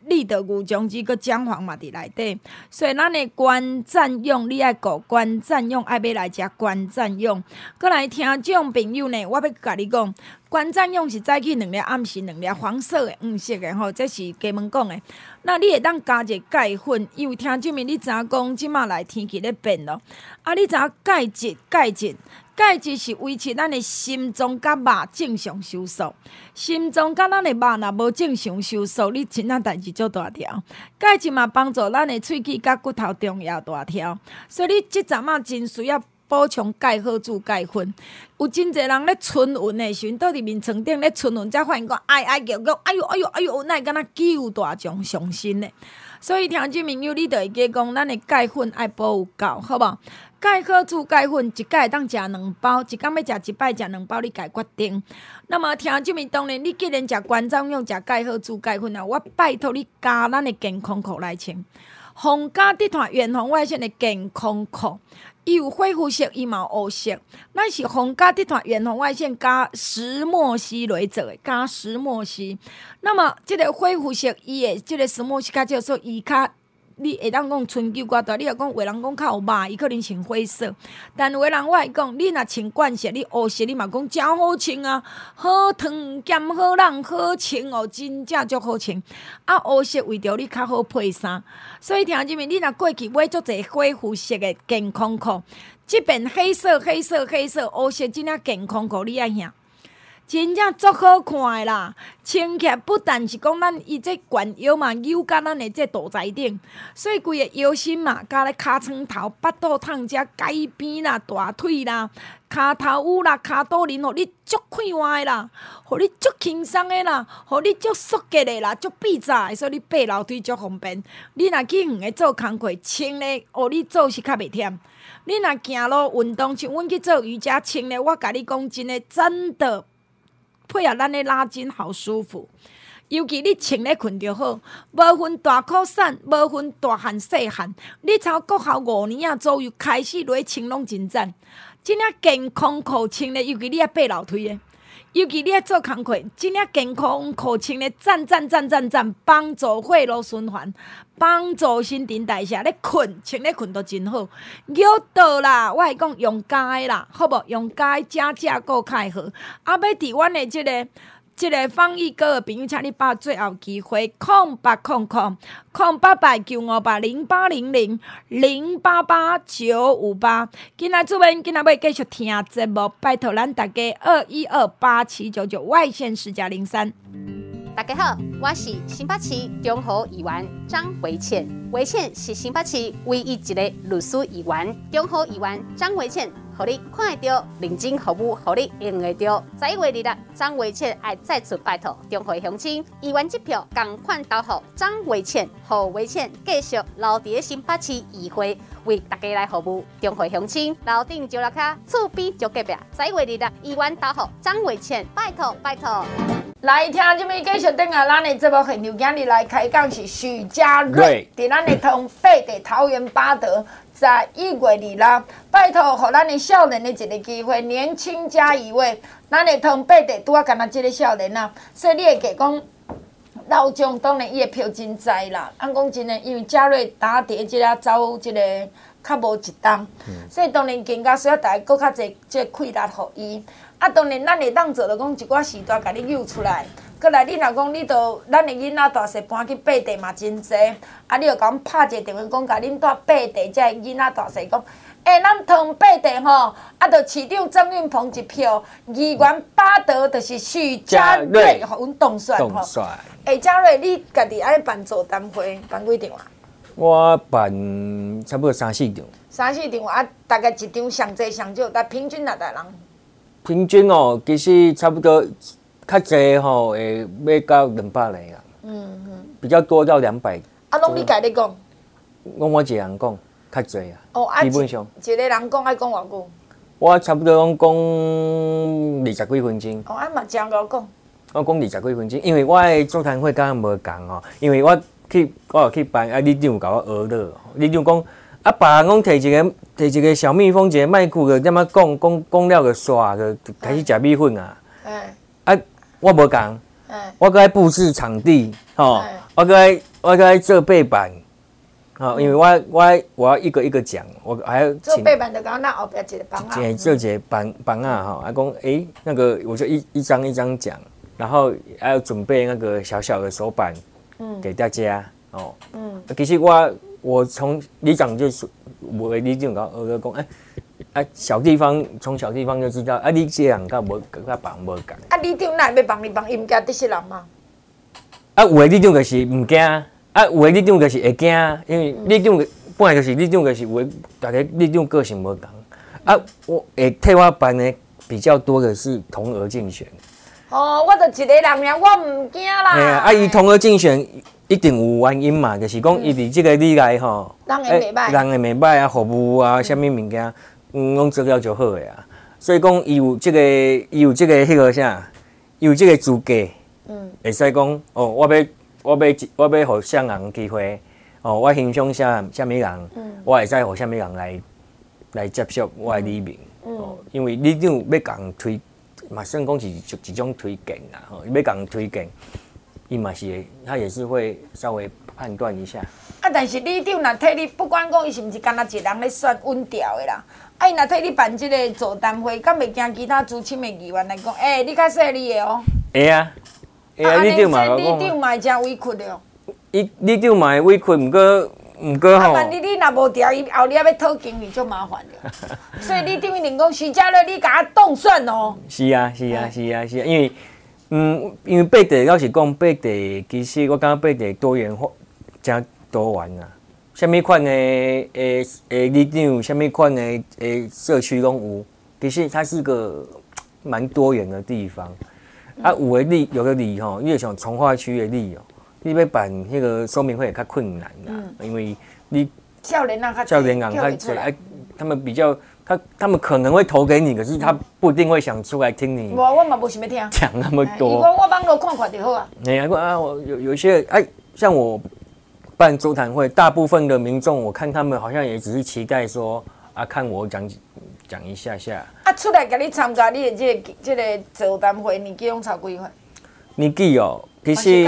立德牛种子佮姜黄嘛伫内底，所以咱的观赞用你爱顾观赞用爱买来食观赞用。过来听众朋友呢，我要甲你讲，观赞用是早起2粒，暗时2粒，黄色的、黄色的吼，这是家门讲的。那你会当加一个钙粉，因为听证明你知影讲，即马来天气咧变咯，啊，你知影钙质是维持咱的心脏甲肉正常收缩，心脏甲咱的肉若无正常收缩，你真仔代志足大条。钙质嘛帮助咱的喙齿甲骨头重要大条，所以你即阵仔真需要补充钙好注钙粉。有真侪人咧春运的时阵，倒伫面床顶咧春运，才发现讲哀叫，哎呦，那敢若救大将上身呢。所以听证朋友，你就会记讲，咱的钙粉爱补有够，好无？钙好注钙粉一摆会当食2包，一工要食1摆食2包，你家决定。那么听证明，当然你既然食关照用食钙好注钙粉啊，我拜托你加咱的健康裤来穿。皇家集团远红外线的健康裤，伊有灰肤色，伊嘛有黑色。咱是皇家集团远红外线加石墨烯来做的，加石墨烯。那么这个灰肤色，伊的这个石墨烯较少，所以伊较。你会当讲春秋瓜大，你若讲有人讲较有肉，伊可能穿灰色。但有的人我会讲，你若穿惯色，你黑色你嘛讲真好穿啊，好烫兼好冷好穿哦，真正足好穿。啊，黑色为着你较好配衫，所以听证明你若过去买足侪灰肤色的健康裤，即边黑色、黑色、黑色、黑色即领健康裤你爱遐。真正足好看的啦，穿起来不但是讲咱伊这卷腰嘛，扭甲咱的这肚脐顶，所以规个腰身嘛，加咧尻川头、腹肚痛遮、改边啦、大腿啦、骹头有啦、骹肚仁，互你足快活的啦，互你足轻松的啦，互你足舒适的啦，足闭早的，所以你爬楼梯足方便。你若去远的做工课，穿咧，互你做是较袂忝。你若行路运动，像阮去做瑜伽，穿咧，我甲你讲真的，真的。配合咱的拉筋好舒服，尤其你穿咧困就好，无分大裤瘦，无分大汉细汉。你从国校5年左右开始落穿拢真赞。即领健康裤穿咧，尤其你爱爬楼梯的，尤其你爱做工课，即领健康裤穿咧赞，帮助血路循环，帮助新陈代谢。咧困穿咧困都真好，尿道啦，我会讲用加的啦，好无？用加的正够较好。啊，要伫阮的即个防疫哥的朋友，请你把最后机会080008000800088958。今仔主编今仔要继续听节目，拜托咱大家2128799外线10加03。 大家好，我是新北市中和议员张维倩。维倩是新北市唯一一个律师议员，中和议员张维倩，互你看得到，认真服务，互你用得到。11月26日，张维倩爱再次拜托中和乡亲议员一票，共款投予张维倩，互维倩继续留伫新北市议会，为大家来服务中和乡亲。楼顶就落卡，厝边就隔壁。11月26日，议员投予张维倩，拜托拜托。 来听这边继续等下咱的节目现场，今日来开讲是许家瑞，伫咱的通北地桃园八德，11月26日，拜托，互咱的少年的一个机会，年轻加一位，咱的通北地拄啊，干那这个少年啊，所以你会记讲。老将当然伊的票真侪啦，按讲真诶，因为嘉瑞打伫即个走即个较无一档，所以当然更加需要大家搁较侪即个气力互伊。啊，当然咱会当做着讲一寡时段，甲你揪出来。过来，你若讲你着咱的囡仔大细搬去八地嘛真侪，啊，你着甲阮拍一个电话讲，甲恁住八地遮囡仔大细讲，咱通八地吼，啊，着市长曾运鹏一票，议员八德就是许家瑞，互阮动选吼。嘉瑞，你家己爱办座谈会，办几场啊？ 我办差不多3、4场。 3、4场啊，大概一场上济上少，但平均偌大人？ 平均哦，其实差不多较济吼，会要到200个啦。比较多到200。 啊，拢你家己讲？ 我一个人讲，较济啊。 哦， 基本上。 一个人讲爱讲偌久？ 我差不多讲20几分钟。 哦，啊嘛真够讲。 我讲20几分钟，因为我的座谈会敢无共吼，因为我有去办，啊，你长有甲我学了，你长讲。啊，别人讲摕一个小蜜蜂，一个麦克个，点仔讲了个刷个，开始食米粉啊。啊，我无讲，我搁爱布置场地，吼，我搁爱我该做背板，因为我要一个一个讲，我还要做背板的，刚刚那后边一个板啊， 做一个板啊哈，讲那个我就一张一张讲，然后还要准备那个小小的手板，给大家哦，其实我从里长就是我里长讲，我讲小地方从小地方就知道你这样甲帮无共。 里长哪会要帮你帮，伊唔惊得失人嘛？ 有的里长就是唔惊，有的里长就是会惊，因为里长本来就是里长就是有的大家里长个性无共。我会替我办的比较多的是同额竞选。 哦，我就一个人尔，我唔惊啦。 嘿啊，伊同额竞选一定有原因嘛，就是讲伊伫这个里内吼， 人会袂歹， 人会袂歹啊，服务啊，啥物物件，拢做了就好诶啊。所以讲伊有这个迄个啥，伊有这个资格，会使讲哦，我要互啥人机会，哦，我欣赏啥物人，我会使互啥物人来接受我的里面，哦，因为里长要共推。嘛，算讲是一种推荐啦，吼，要讲推荐，伊嘛是，他也是会稍微判断一下。 但是里长若替你，不管讲伊是毋是干那一人咧选稳调的啦，伊若替你办即个座谈会，敢袂惊其他资深的议员来讲，你较犀利的哦。 会啊，里长嘛里长嘛会真委屈的哦。 里长嘛会委屈，毋过吼。 你若無调，伊后日要讨经理就麻烦了。所以里长一定讲徐家乐，你甲我动算哦。 是啊，因为八地要是讲八地，其实我感觉八地多元化，真多元啊。什么款的里长，什么款的社区拢有，其实它是个蛮多元的地方。有的里吼，你像从化区的里哦。你要办迄个说明会也较困难啦，因为你少年人较侪，他们比较他们可能会投给你，可是他不一定会想出来听你。 我嘛无想要听讲那么多。 我网络看看就好啊。 我有一些像我办座谈会，大部分的民众，我看他们好像也只是期待说看我讲一下下。 出来甲你参加你的这个座谈会，年纪拢超几岁？ 年纪哦。其实，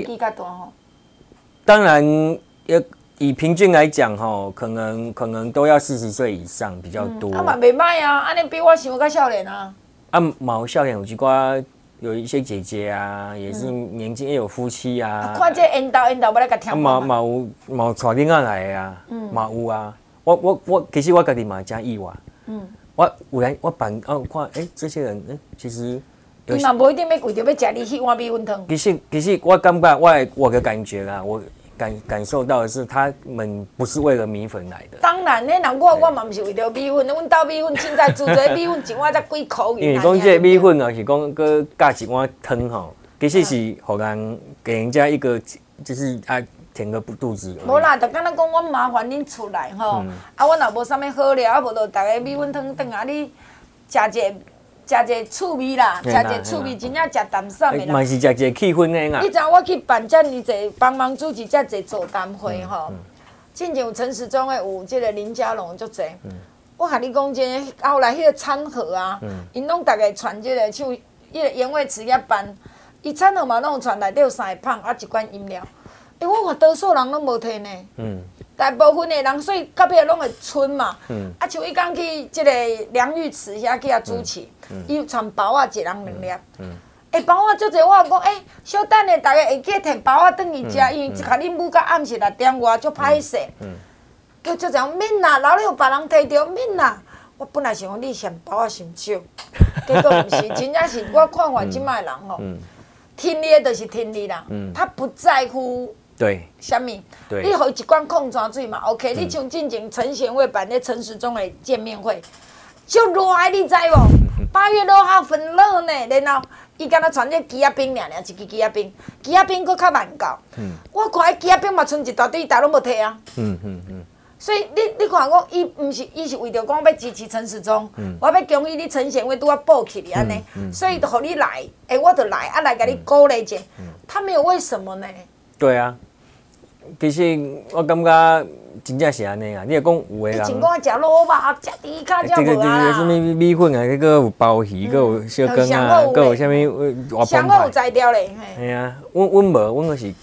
当然，以平均来讲吼，可能都要40岁以上比较多。 嘛袂歹啊，安尼比我想较少年啊。 毛少年有有一些姐姐啊，也是年纪也有夫妻啊。 看这缘投要来甲听嘛。 嘛有带囡仔来啊，嘛有啊。我其实我家己嘛真意外。我办看这些人其实。 伊嘛无一定要为着要食你迄碗米粉汤。 其实我感觉我的感觉啦，我感受到的是，他们不是为了米粉来的。 当然咧，我嘛不是为着米粉，阮兜米粉凊彩煮一个米粉一碗才几箍银。 因为讲这个米粉哦，是讲佮加一碗汤吼，其实是互人给人家一个就是填个肚子。 无啦，就敢若讲我麻烦恁出来吼，我若无啥物好料，无就逐个米粉汤顿你食一个趣味啦，食一个趣味，真正食淡散的啦。 嘛是食一个气氛的啦。 你知我去办遮尔济，帮忙主持遮济座谈会吼，进前有陈时中的，有即个林佳龙足济。我甲你讲真，后来迄个餐盒啊，因拢逐个传即个像迄个演卫池遐办，伊餐盒嘛拢有传内底有3个胖一罐饮料。我看多数人拢无摕呢。大部分的人，所以到尾拢会剩嘛。像伊讲去即个梁玉池遐去主持，伊有传包仔一人2粒。包仔足济，我讲小等下，大家会记摕包仔转去食，因为甲恁母到暗时6点外足歹势。叫足济免啦，留咧有别人摕着免啦。我本来想讲你嫌包仔嫌少，结果毋是，真正是我看完即摆人吼，听你的就是听你啦，他不在乎。 对， 虾米？你互一罐矿泉水嘛 ？OK，你像进前陈贤惠办咧陈时中的见面会，足热的，你知无？8月6号很热呢，然后伊敢若传这鸡仔冰尔，一支鸡仔冰，鸡仔冰佫较慢到。我看迄鸡仔冰嘛，剩一大堆，大拢无摕啊。所以你看讲，伊是为着讲要支持陈时中，我要恭喜你陈贤惠拄啊报起你安尼，所以就互你来，我就来，来甲你鼓励者，他没有为什么呢？ 对啊。其实我感觉真正是安尼啊！你若讲有个人， 以前讲食卤肉、食猪脚才无啊啦。 什么米粉啊，迄个有鲍鱼，个有小羹啊，个有啥物上好有材料咧。 嘿啊，阮无，阮就是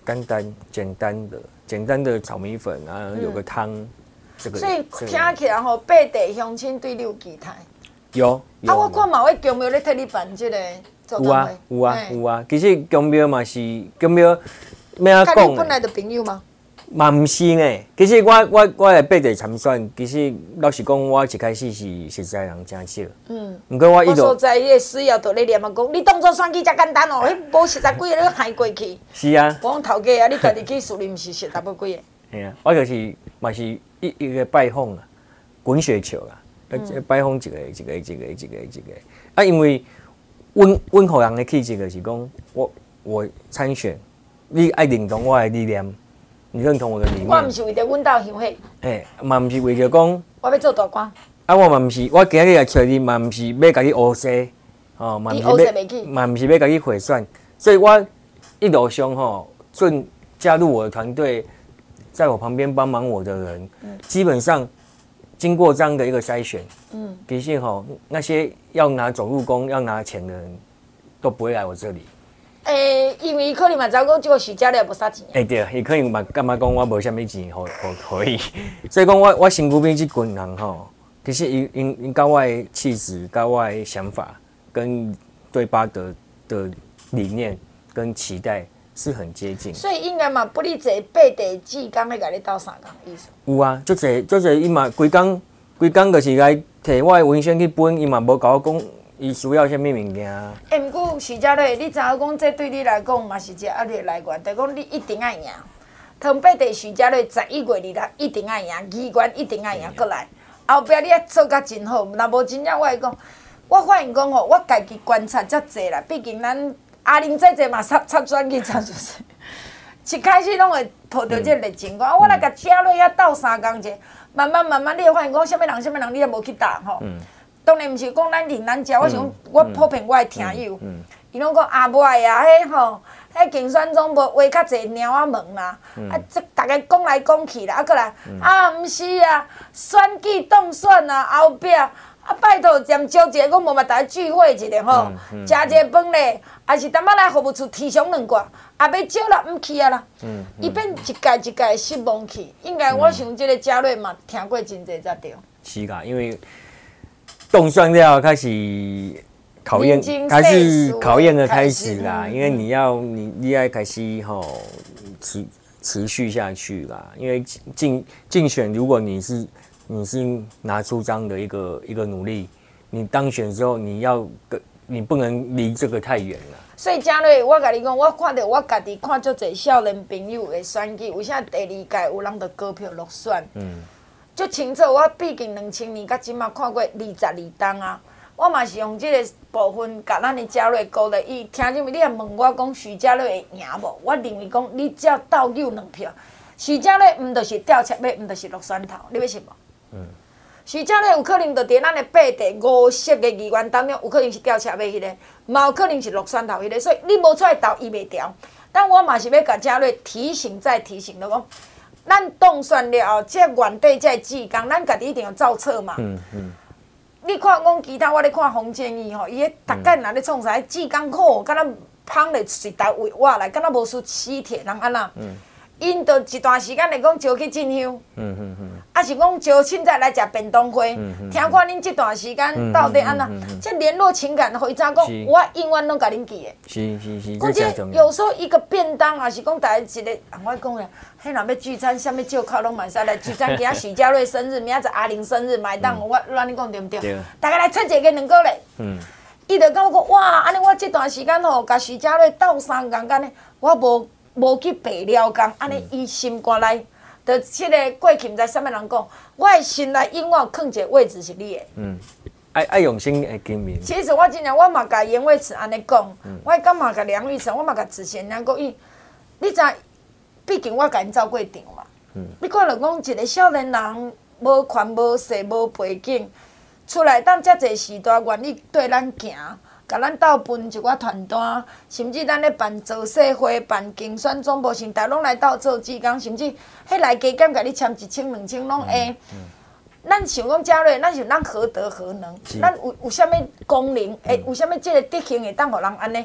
简单的炒米粉啊，有个汤，这个。 所以听起来吼，八地乡亲对你有期待。 有。 啊，我看嘛，迄公庙咧替你办这个做工会。 有啊。其实公庙嘛是公庙，要安讲？ 你本来的朋友吗？ 嘛毋是呢。其实我来八地参选，其实老实讲，我一开始是实在人真少。毋过我一路。 所在迄个需要都咧念啊，讲你当作选举遮简单哦，迄无实在几个你害过去。 是啊。 我讲头家啊，你家己去树林，毋是实在要几个。 嘿啊，我就是嘛是一个拜访啦，滚雪球啦。拜访一个，啊，因为阮互人的气质就是讲，我参选，你爱认同我的理念，你认同我的理念。 我毋是为着阮兜乡迄。 嘛毋是为着讲。 我要做大官。 啊，我嘛毋是，我今日来找你，嘛毋是要甲你乌西，嘛毋是要甲你贿选，所以我一路上顺加入我的团队，在我旁边帮忙我的人，基本上。经过这样的一个筛选，其实那些要拿走路工、要拿钱的人，都不会来我这里。 因为可能嘛，早讲这个许家咧无啥钱。 对，伊可能嘛，干嘛讲我无啥物钱，可以。所以讲我身躯边这群人其实因跟我的气质、跟我的想法，跟对巴德的理念跟期待。是很接近， 所以应该嘛不哩济八地志工咧，甲你斗相共意思。 有啊，足济伊嘛规工就是来摕我的文宣去分，伊嘛无甲我讲伊需要啥物物件。 毋过徐家瑞，你知影讲这对你来讲嘛是一个压力来源，就讲你一定爱赢。同八地徐家瑞11月26一定爱赢，议员一定爱赢，过来后壁你要做甲真好，若无真正我会讲，我发现讲我家己观察遮济啦，毕竟咱。阿玲姐姐嘛，插选去插就是，一开始拢会抱着这个热情讲，我来甲嘉瑞遐斗3工者，慢慢你会发现讲，什么人你也无去打吼。当然毋是讲咱认咱遮，我想我普遍我的听友，伊拢讲啊无爱啊，迄竞选总无话较济猫仔问啦，这大家讲来讲去啦，过来毋是啊，选举当选啊，后壁。拜托，占招一个，讲无嘛，大家聚会一下吼，食一个饭咧，也是淡仔来服务处提上2挂，也要少啦，毋去啊啦。伊变一届失望去，应该我想即个嘉瑞嘛，听过真侪才对。 是噶，因为动算了开始考验，考验的开始啦。因为你要开始持续下去啦。因为竞选，如果你是拿出这样的一个努力，你当选之后，你不能离这个太远了。 所以嘉瑞，我甲你讲，我看到我家己看足侪少年朋友的选举，为啥第2届有人就高票落选？足清楚，我毕竟2000年到即马看过22档啊，我嘛是用即个部分甲咱的嘉瑞鼓励伊。听什么？你也问我讲徐嘉瑞会赢无？我认为讲你只要倒有2票，徐嘉瑞毋就是吊车尾，毋就是落选头，你要信无？徐嘉瑞有可能就伫咱的8地5席的议员当中，有可能是吊车尾迄个，嘛有可能是落选头迄个，所以你无出来投，伊袂调。但我嘛是要甲嘉瑞提醒再提醒，就讲，咱当选了后，这原地这志工，咱家己一定要照册嘛。你看讲其他，我咧看洪建义吼，伊迄逐间若咧创啥志工好，敢若芳咧随台为我来，敢若无输死铁人安那。因着一段时间来讲，招去进香，啊是讲招凊彩来食便当会，听看恁这段时间到底安那，这联络情感，互伊知影讲，我永远拢甲恁记的。 是， 而且有时候一个便当，也是讲大家一个，我讲咧，迄若要聚餐，啥物借口拢嘛使来聚餐。今仔许家瑞生日，明仔载阿玲生日，买当我乱你讲对毋对？大家来切一个2个咧。伊就甲我讲，哇，安尼我这段时间吼，甲许家瑞斗3工干呢，我无去白了工，安尼伊心肝内，就即个过去毋知啥物人讲，我的心内永远囥一个位置是你的。 爱用心会见面。 其实我真正我嘛甲严伟慈安尼讲，我敢嘛甲梁玉成，我嘛甲子贤两个伊，你知，毕竟我甲因走过场嘛。你看着讲一个少年人，无权无势无背景，出来当遮济时代愿意对咱行。甲咱斗分一寡团单，甚至咱咧办造势会、办竞选总部，甚至拢来斗做志工，甚至迄来加减甲你签1000、2000拢会。咱想讲嘉瑞，咱想咱何德何能？咱有啥物功能？有啥物即个德行会当互人安尼？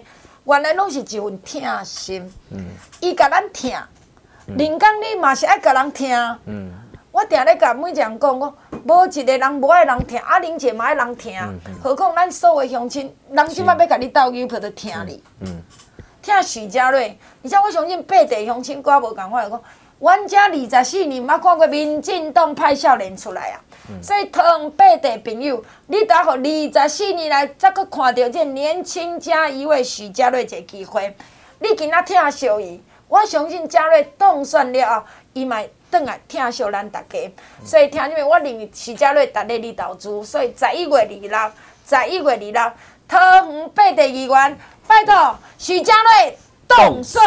原来拢是一份疼心。伊甲咱疼，人讲你嘛是爱甲人疼。我定咧甲每一个人讲，我无一个人无爱人疼，啊，玲姐嘛爱人疼，何况咱所有乡亲，人即摆要甲你斗牛皮，就疼你。疼许家瑞，而且我相信八地乡亲我无共款，讲，阮遮24年捌看过民进党派少年出来啊。所以，同八地朋友，你得互24年来再搁看到这年轻加一位许家瑞一个机会，你今仔疼惜伊，我相信家瑞当选了后，伊嘛转来疼惜咱大家。所以，听你们，我认为许家瑞值得你投资。所以11月26，11月26，桃园八地议员，拜托许家瑞当选。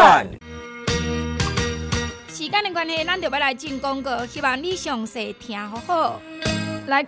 时间的关系，咱就要来进广告，希望你详细听好好。 来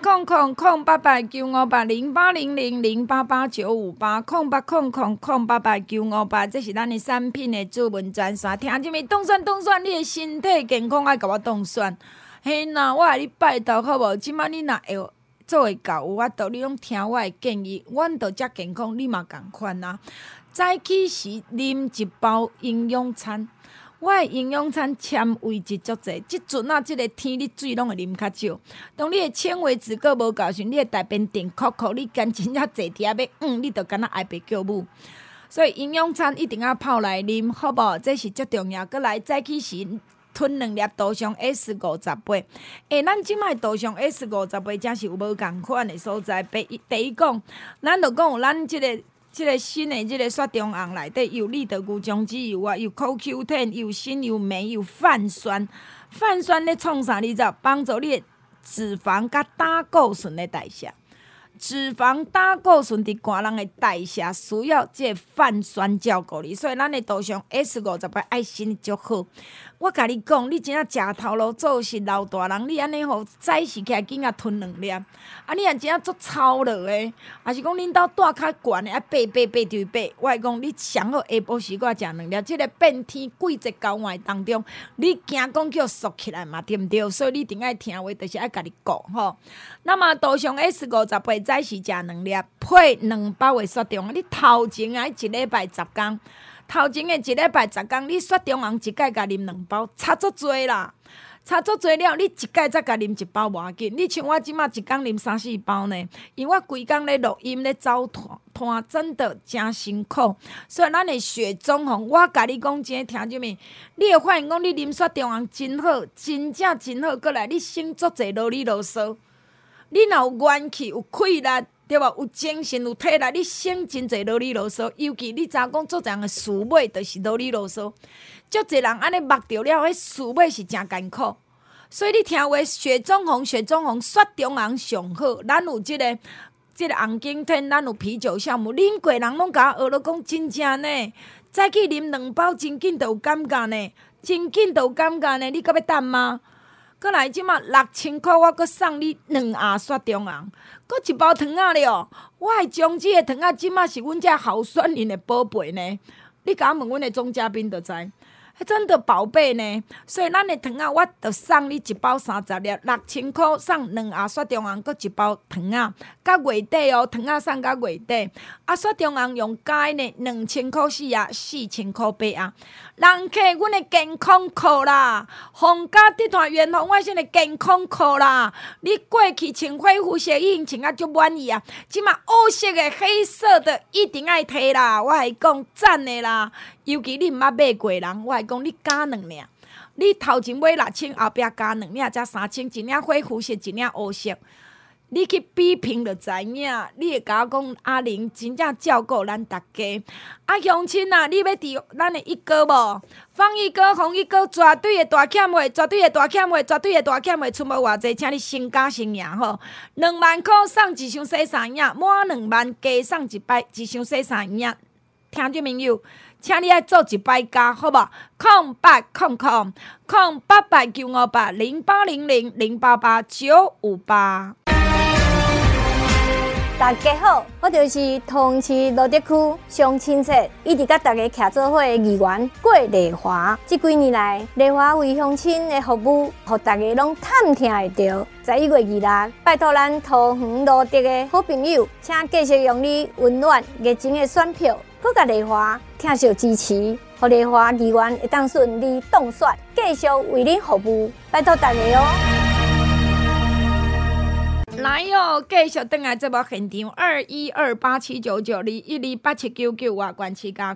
0800-088958，0800-088958，这是咱的产品的主文专线。听见没？当选，你的身体健康爱甲我当选。嘿呐，我甲你拜托好无？即摆你若会做会到有法度，你拢听我的建议，阮着遮健康，你嘛共款啊。早起时啉一包营养餐。我的营养餐纤维质足侪，即阵啊，即个天你水拢会啉较少。当你的纤维质阁无够时，你的大便定哭哭，你干真正坐伫遐要你着敢若爱白叫母。所以营养餐一定要泡来啉，好无？这是足重要。阁来早起时吞2粒杜尚 S58。咱即摆杜尚 S58真是有无共款的所在。第一讲，咱着讲有咱即个新的即个雪中红内底有立德菇种子油啊，有 CoQ10， 有锌，有镁，有泛酸。泛酸咧创啥？你知道？帮助你的脂肪甲胆固醇的代谢。脂肪、胆固醇伫寒人的代谢需要即个泛酸照顾你，所以咱的杜尚 S58爱心足好。我甲你讲，你真正食头路做事老大人，你安尼吼早时起来紧啊吞2粒，啊你若真正足操劳的，也是讲恁兜带较悬的，爬对爬。我会讲你上好下晡时我食2粒，即个变天季节交换当中，你惊讲叫缩起来嘛，对毋对？所以你一定爱听话，就是爱家己顾吼。那么杜尚 S58早时食2粒，配2包的雪中，你头前啊1礼拜10天。头前的1礼拜10天，你雪中红一盖甲啉2包，差足多啦！差足多了，你一盖再甲啉1包无要紧。你像我即马一工啉3、4包呢，因为我规工咧录音咧走摊，真的真辛苦。所以咱的雪中红，我甲你讲真听入面，你会发现讲你啉雪中红真好，真正真好。过来，你省足侪啰里啰嗦。你若有元气，有气力。对无？有精神，有体力，你省真侪啰里啰嗦。尤其你知影讲，做人的事尾就是啰里啰嗦。足侪人安尼目着了，迄事尾是真艰苦。所以你听话，雪中红，雪中红上好。咱有即个红景天，咱有啤酒酵母，啉过人拢甲我学了讲真正呢。早起啉2包，真紧就有感觉呢，你搁要等吗？过来即马6000块，我搁送你2盒雪中红，搁1包糖仔了。我的种子的糖仔即马是阮遮候选人的宝贝呢。你甲我问阮的总嘉宾就知，真的宝贝呢。所以咱的糖仔，我就送你1包30粒，6000块送2盒雪中红，搁1包糖仔，到月底哦，糖仔送到月底。啊，雪中红用加呢2000块4盒，4000块8盒。人客，阮的健康课啦，皇家集团元红外线的健康课啦。你过去穿恢复鞋已经穿啊足满意啊，即马黑色的、黑色的一定爱摕啦。我会讲赞的啦，尤其你毋捌买过人，我会讲你加2领，你头前买6000，后壁加2领才3000，一领恢复色，一领黑色。你去比拼就知影，你会甲我讲阿玲真正照顾咱大家。啊，乡亲啊，你要伫咱的一哥无？方一哥、洪一哥，绝对的大欠货，出门无偌济，请你先加先赢吼。2万块送一箱洗衫液，满2万加送一箱洗衫液。听众朋友，请你爱做一摆加，好无？0800-088958-0800-088958。 大家好，我就是同市罗德区上亲切，一直甲大家徛做伙的议员郭丽华。这几年来，丽华为乡亲的服务，互大家拢探听会到。11月26，拜托咱桃园罗德的好朋友，请继续用你温暖热情的选票， 搁甲丽华听受支持，互丽华议员会当顺利当选，继续为恁服务，拜托大家哦。 来哟，继续登来节目现场，212879921287999外关市加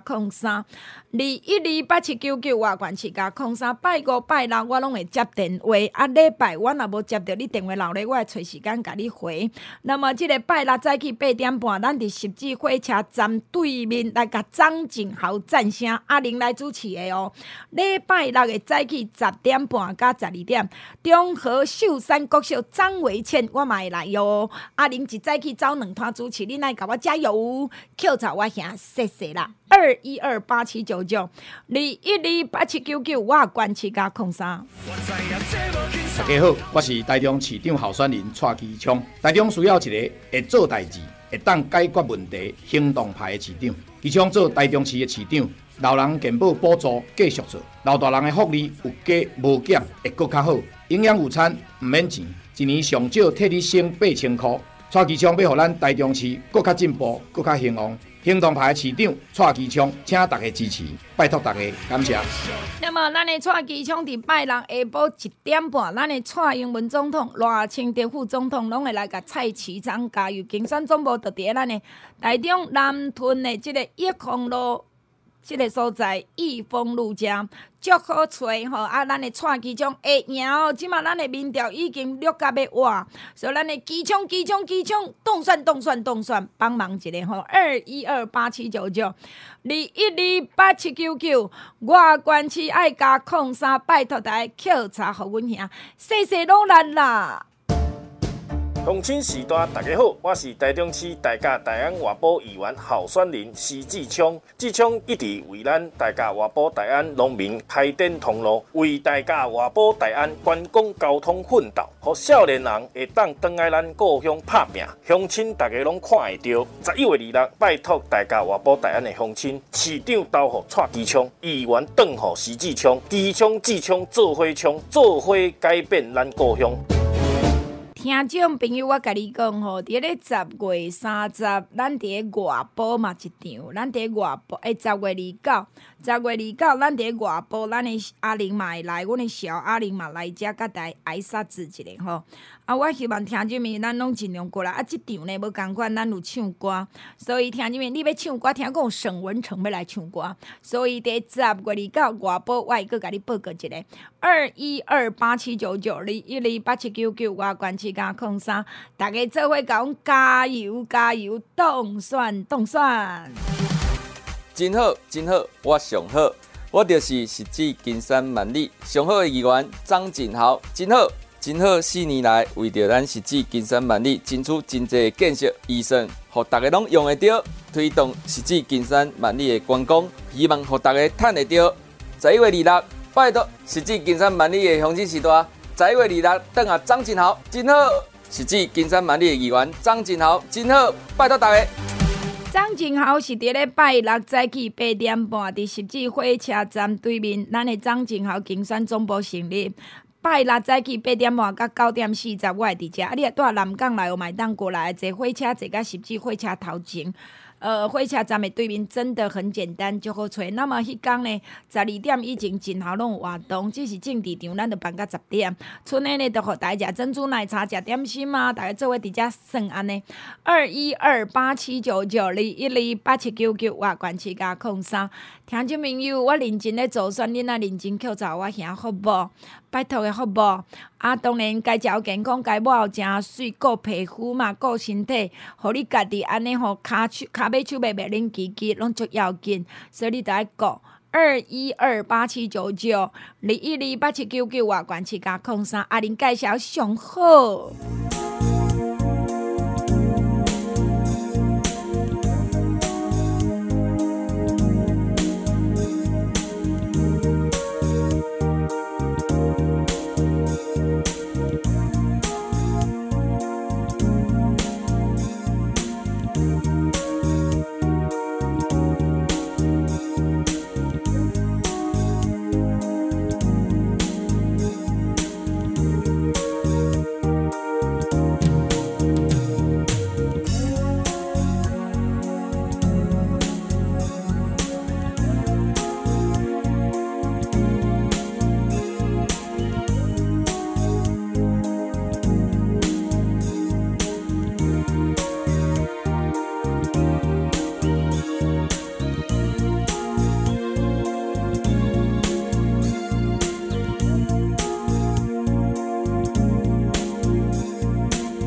03，2128799外关市加03，拜五拜六我拢会接电话，礼拜我若无接到你电话留咧，我会找时间甲你回。那么即个拜六早起8点半，咱伫十字火车站对面来甲张景豪赞声，阿玲来主持的哦。礼拜六的早起10点半到12点，中和秀山国小张维倩我嘛会来哟。阿玲一早起走2摊主持，你来甲我加油，扣槽我兄谢谢啦。212879921287999我关市加03。 大家好，我是台中市长候选人蔡其昌。台中需要一个会做代志、会当解决问题、行动派的市长。其昌做台中市的市长，老人健保补助继续做，老大人的福利有加无减，会更较好。营养午餐唔免钱，一年上少替你省8000块。蔡其昌要互咱台中市更较进步、更较兴旺。行动派的市长蔡其昌，请大家支持，拜托大家，感谢。 那么，咱的蔡其昌伫拜六下晡1点半，咱的蔡英文总统、赖清德副总统拢会来甲蔡市长加油。竞选总部就伫咱的台中南屯的即个益丰路即个所在，益丰路遮足好找吼。咱的蔡其昌会赢哦。即马咱的民调已经录到要活，所以咱的其昌当选，帮忙一下吼。212879921287999，外关市爱加03，拜托大家扣查互阮兄，谢谢努力啦。 乡亲时代，大家好，我是台中市大甲大安外埔议员候选人施志昌。志昌一直为咱大甲外埔大安农民开展通路，为大甲外埔大安观光交通奋斗，互少年人会当回来咱故乡拍拼。乡亲大家拢看会到，11月26，拜托大甲外埔大安的乡亲，市长投互蔡其昌，议员转互施志昌，志昌做伙冲，做伙改变咱故乡。 听众朋友，我甲你讲吼，伫咧10月30，咱伫外埔嘛一场，咱伫外埔10月29，咱伫外埔，咱的阿玲嘛会来，阮的小阿玲嘛来遮，甲大家挨杀子一下吼。我希望听众们咱拢尽量过来。即场呢无共款，咱有唱歌，所以听众们你要唱歌，听讲沈文成要来唱歌，所以伫10月29外埔，我会阁甲你报告一下，212879921287999外关市加03，大家做伙甲阮加油，当选。 真好，我上好，我就是实至金山万里上好的议员张锦豪，真好，4年来为着咱实至金山万里，争取真济建设预算，互大家拢用得到，推动实至金山万里的观光，希望互大家赚得到。11月26，拜托实至金山万里的乡亲时代，11月26，等下张锦豪，真好，实至金山万里的议员张锦豪，真好，拜托大家。 张景豪是伫咧拜六早起8点半，伫十字火车站对面，咱的张景豪竞选总部成立。拜六早起8点半到9点40，我会伫遮。你若住南港来，有买当过来坐火车，坐到十字火车头前。火车站的对面真的很简单，就好找。那么迄天呢，12点以前真好拢有活动，只是政治场咱就办到10点。剩下呢，就互大家食珍珠奶茶、食点心啊，大家做伙伫遮算安尼。212879921287999外关市加03，听众朋友，我认真咧做选，恁啊认真扣查我兄好无？拜托的好无？当然该食健康，该抹诚水，顾皮肤嘛，顾身体，互你家己安尼吼，骹尾手袂恁叽叽，拢足要紧，所以你着爱顾。212879921287999外关市加03，阿玲介绍上好。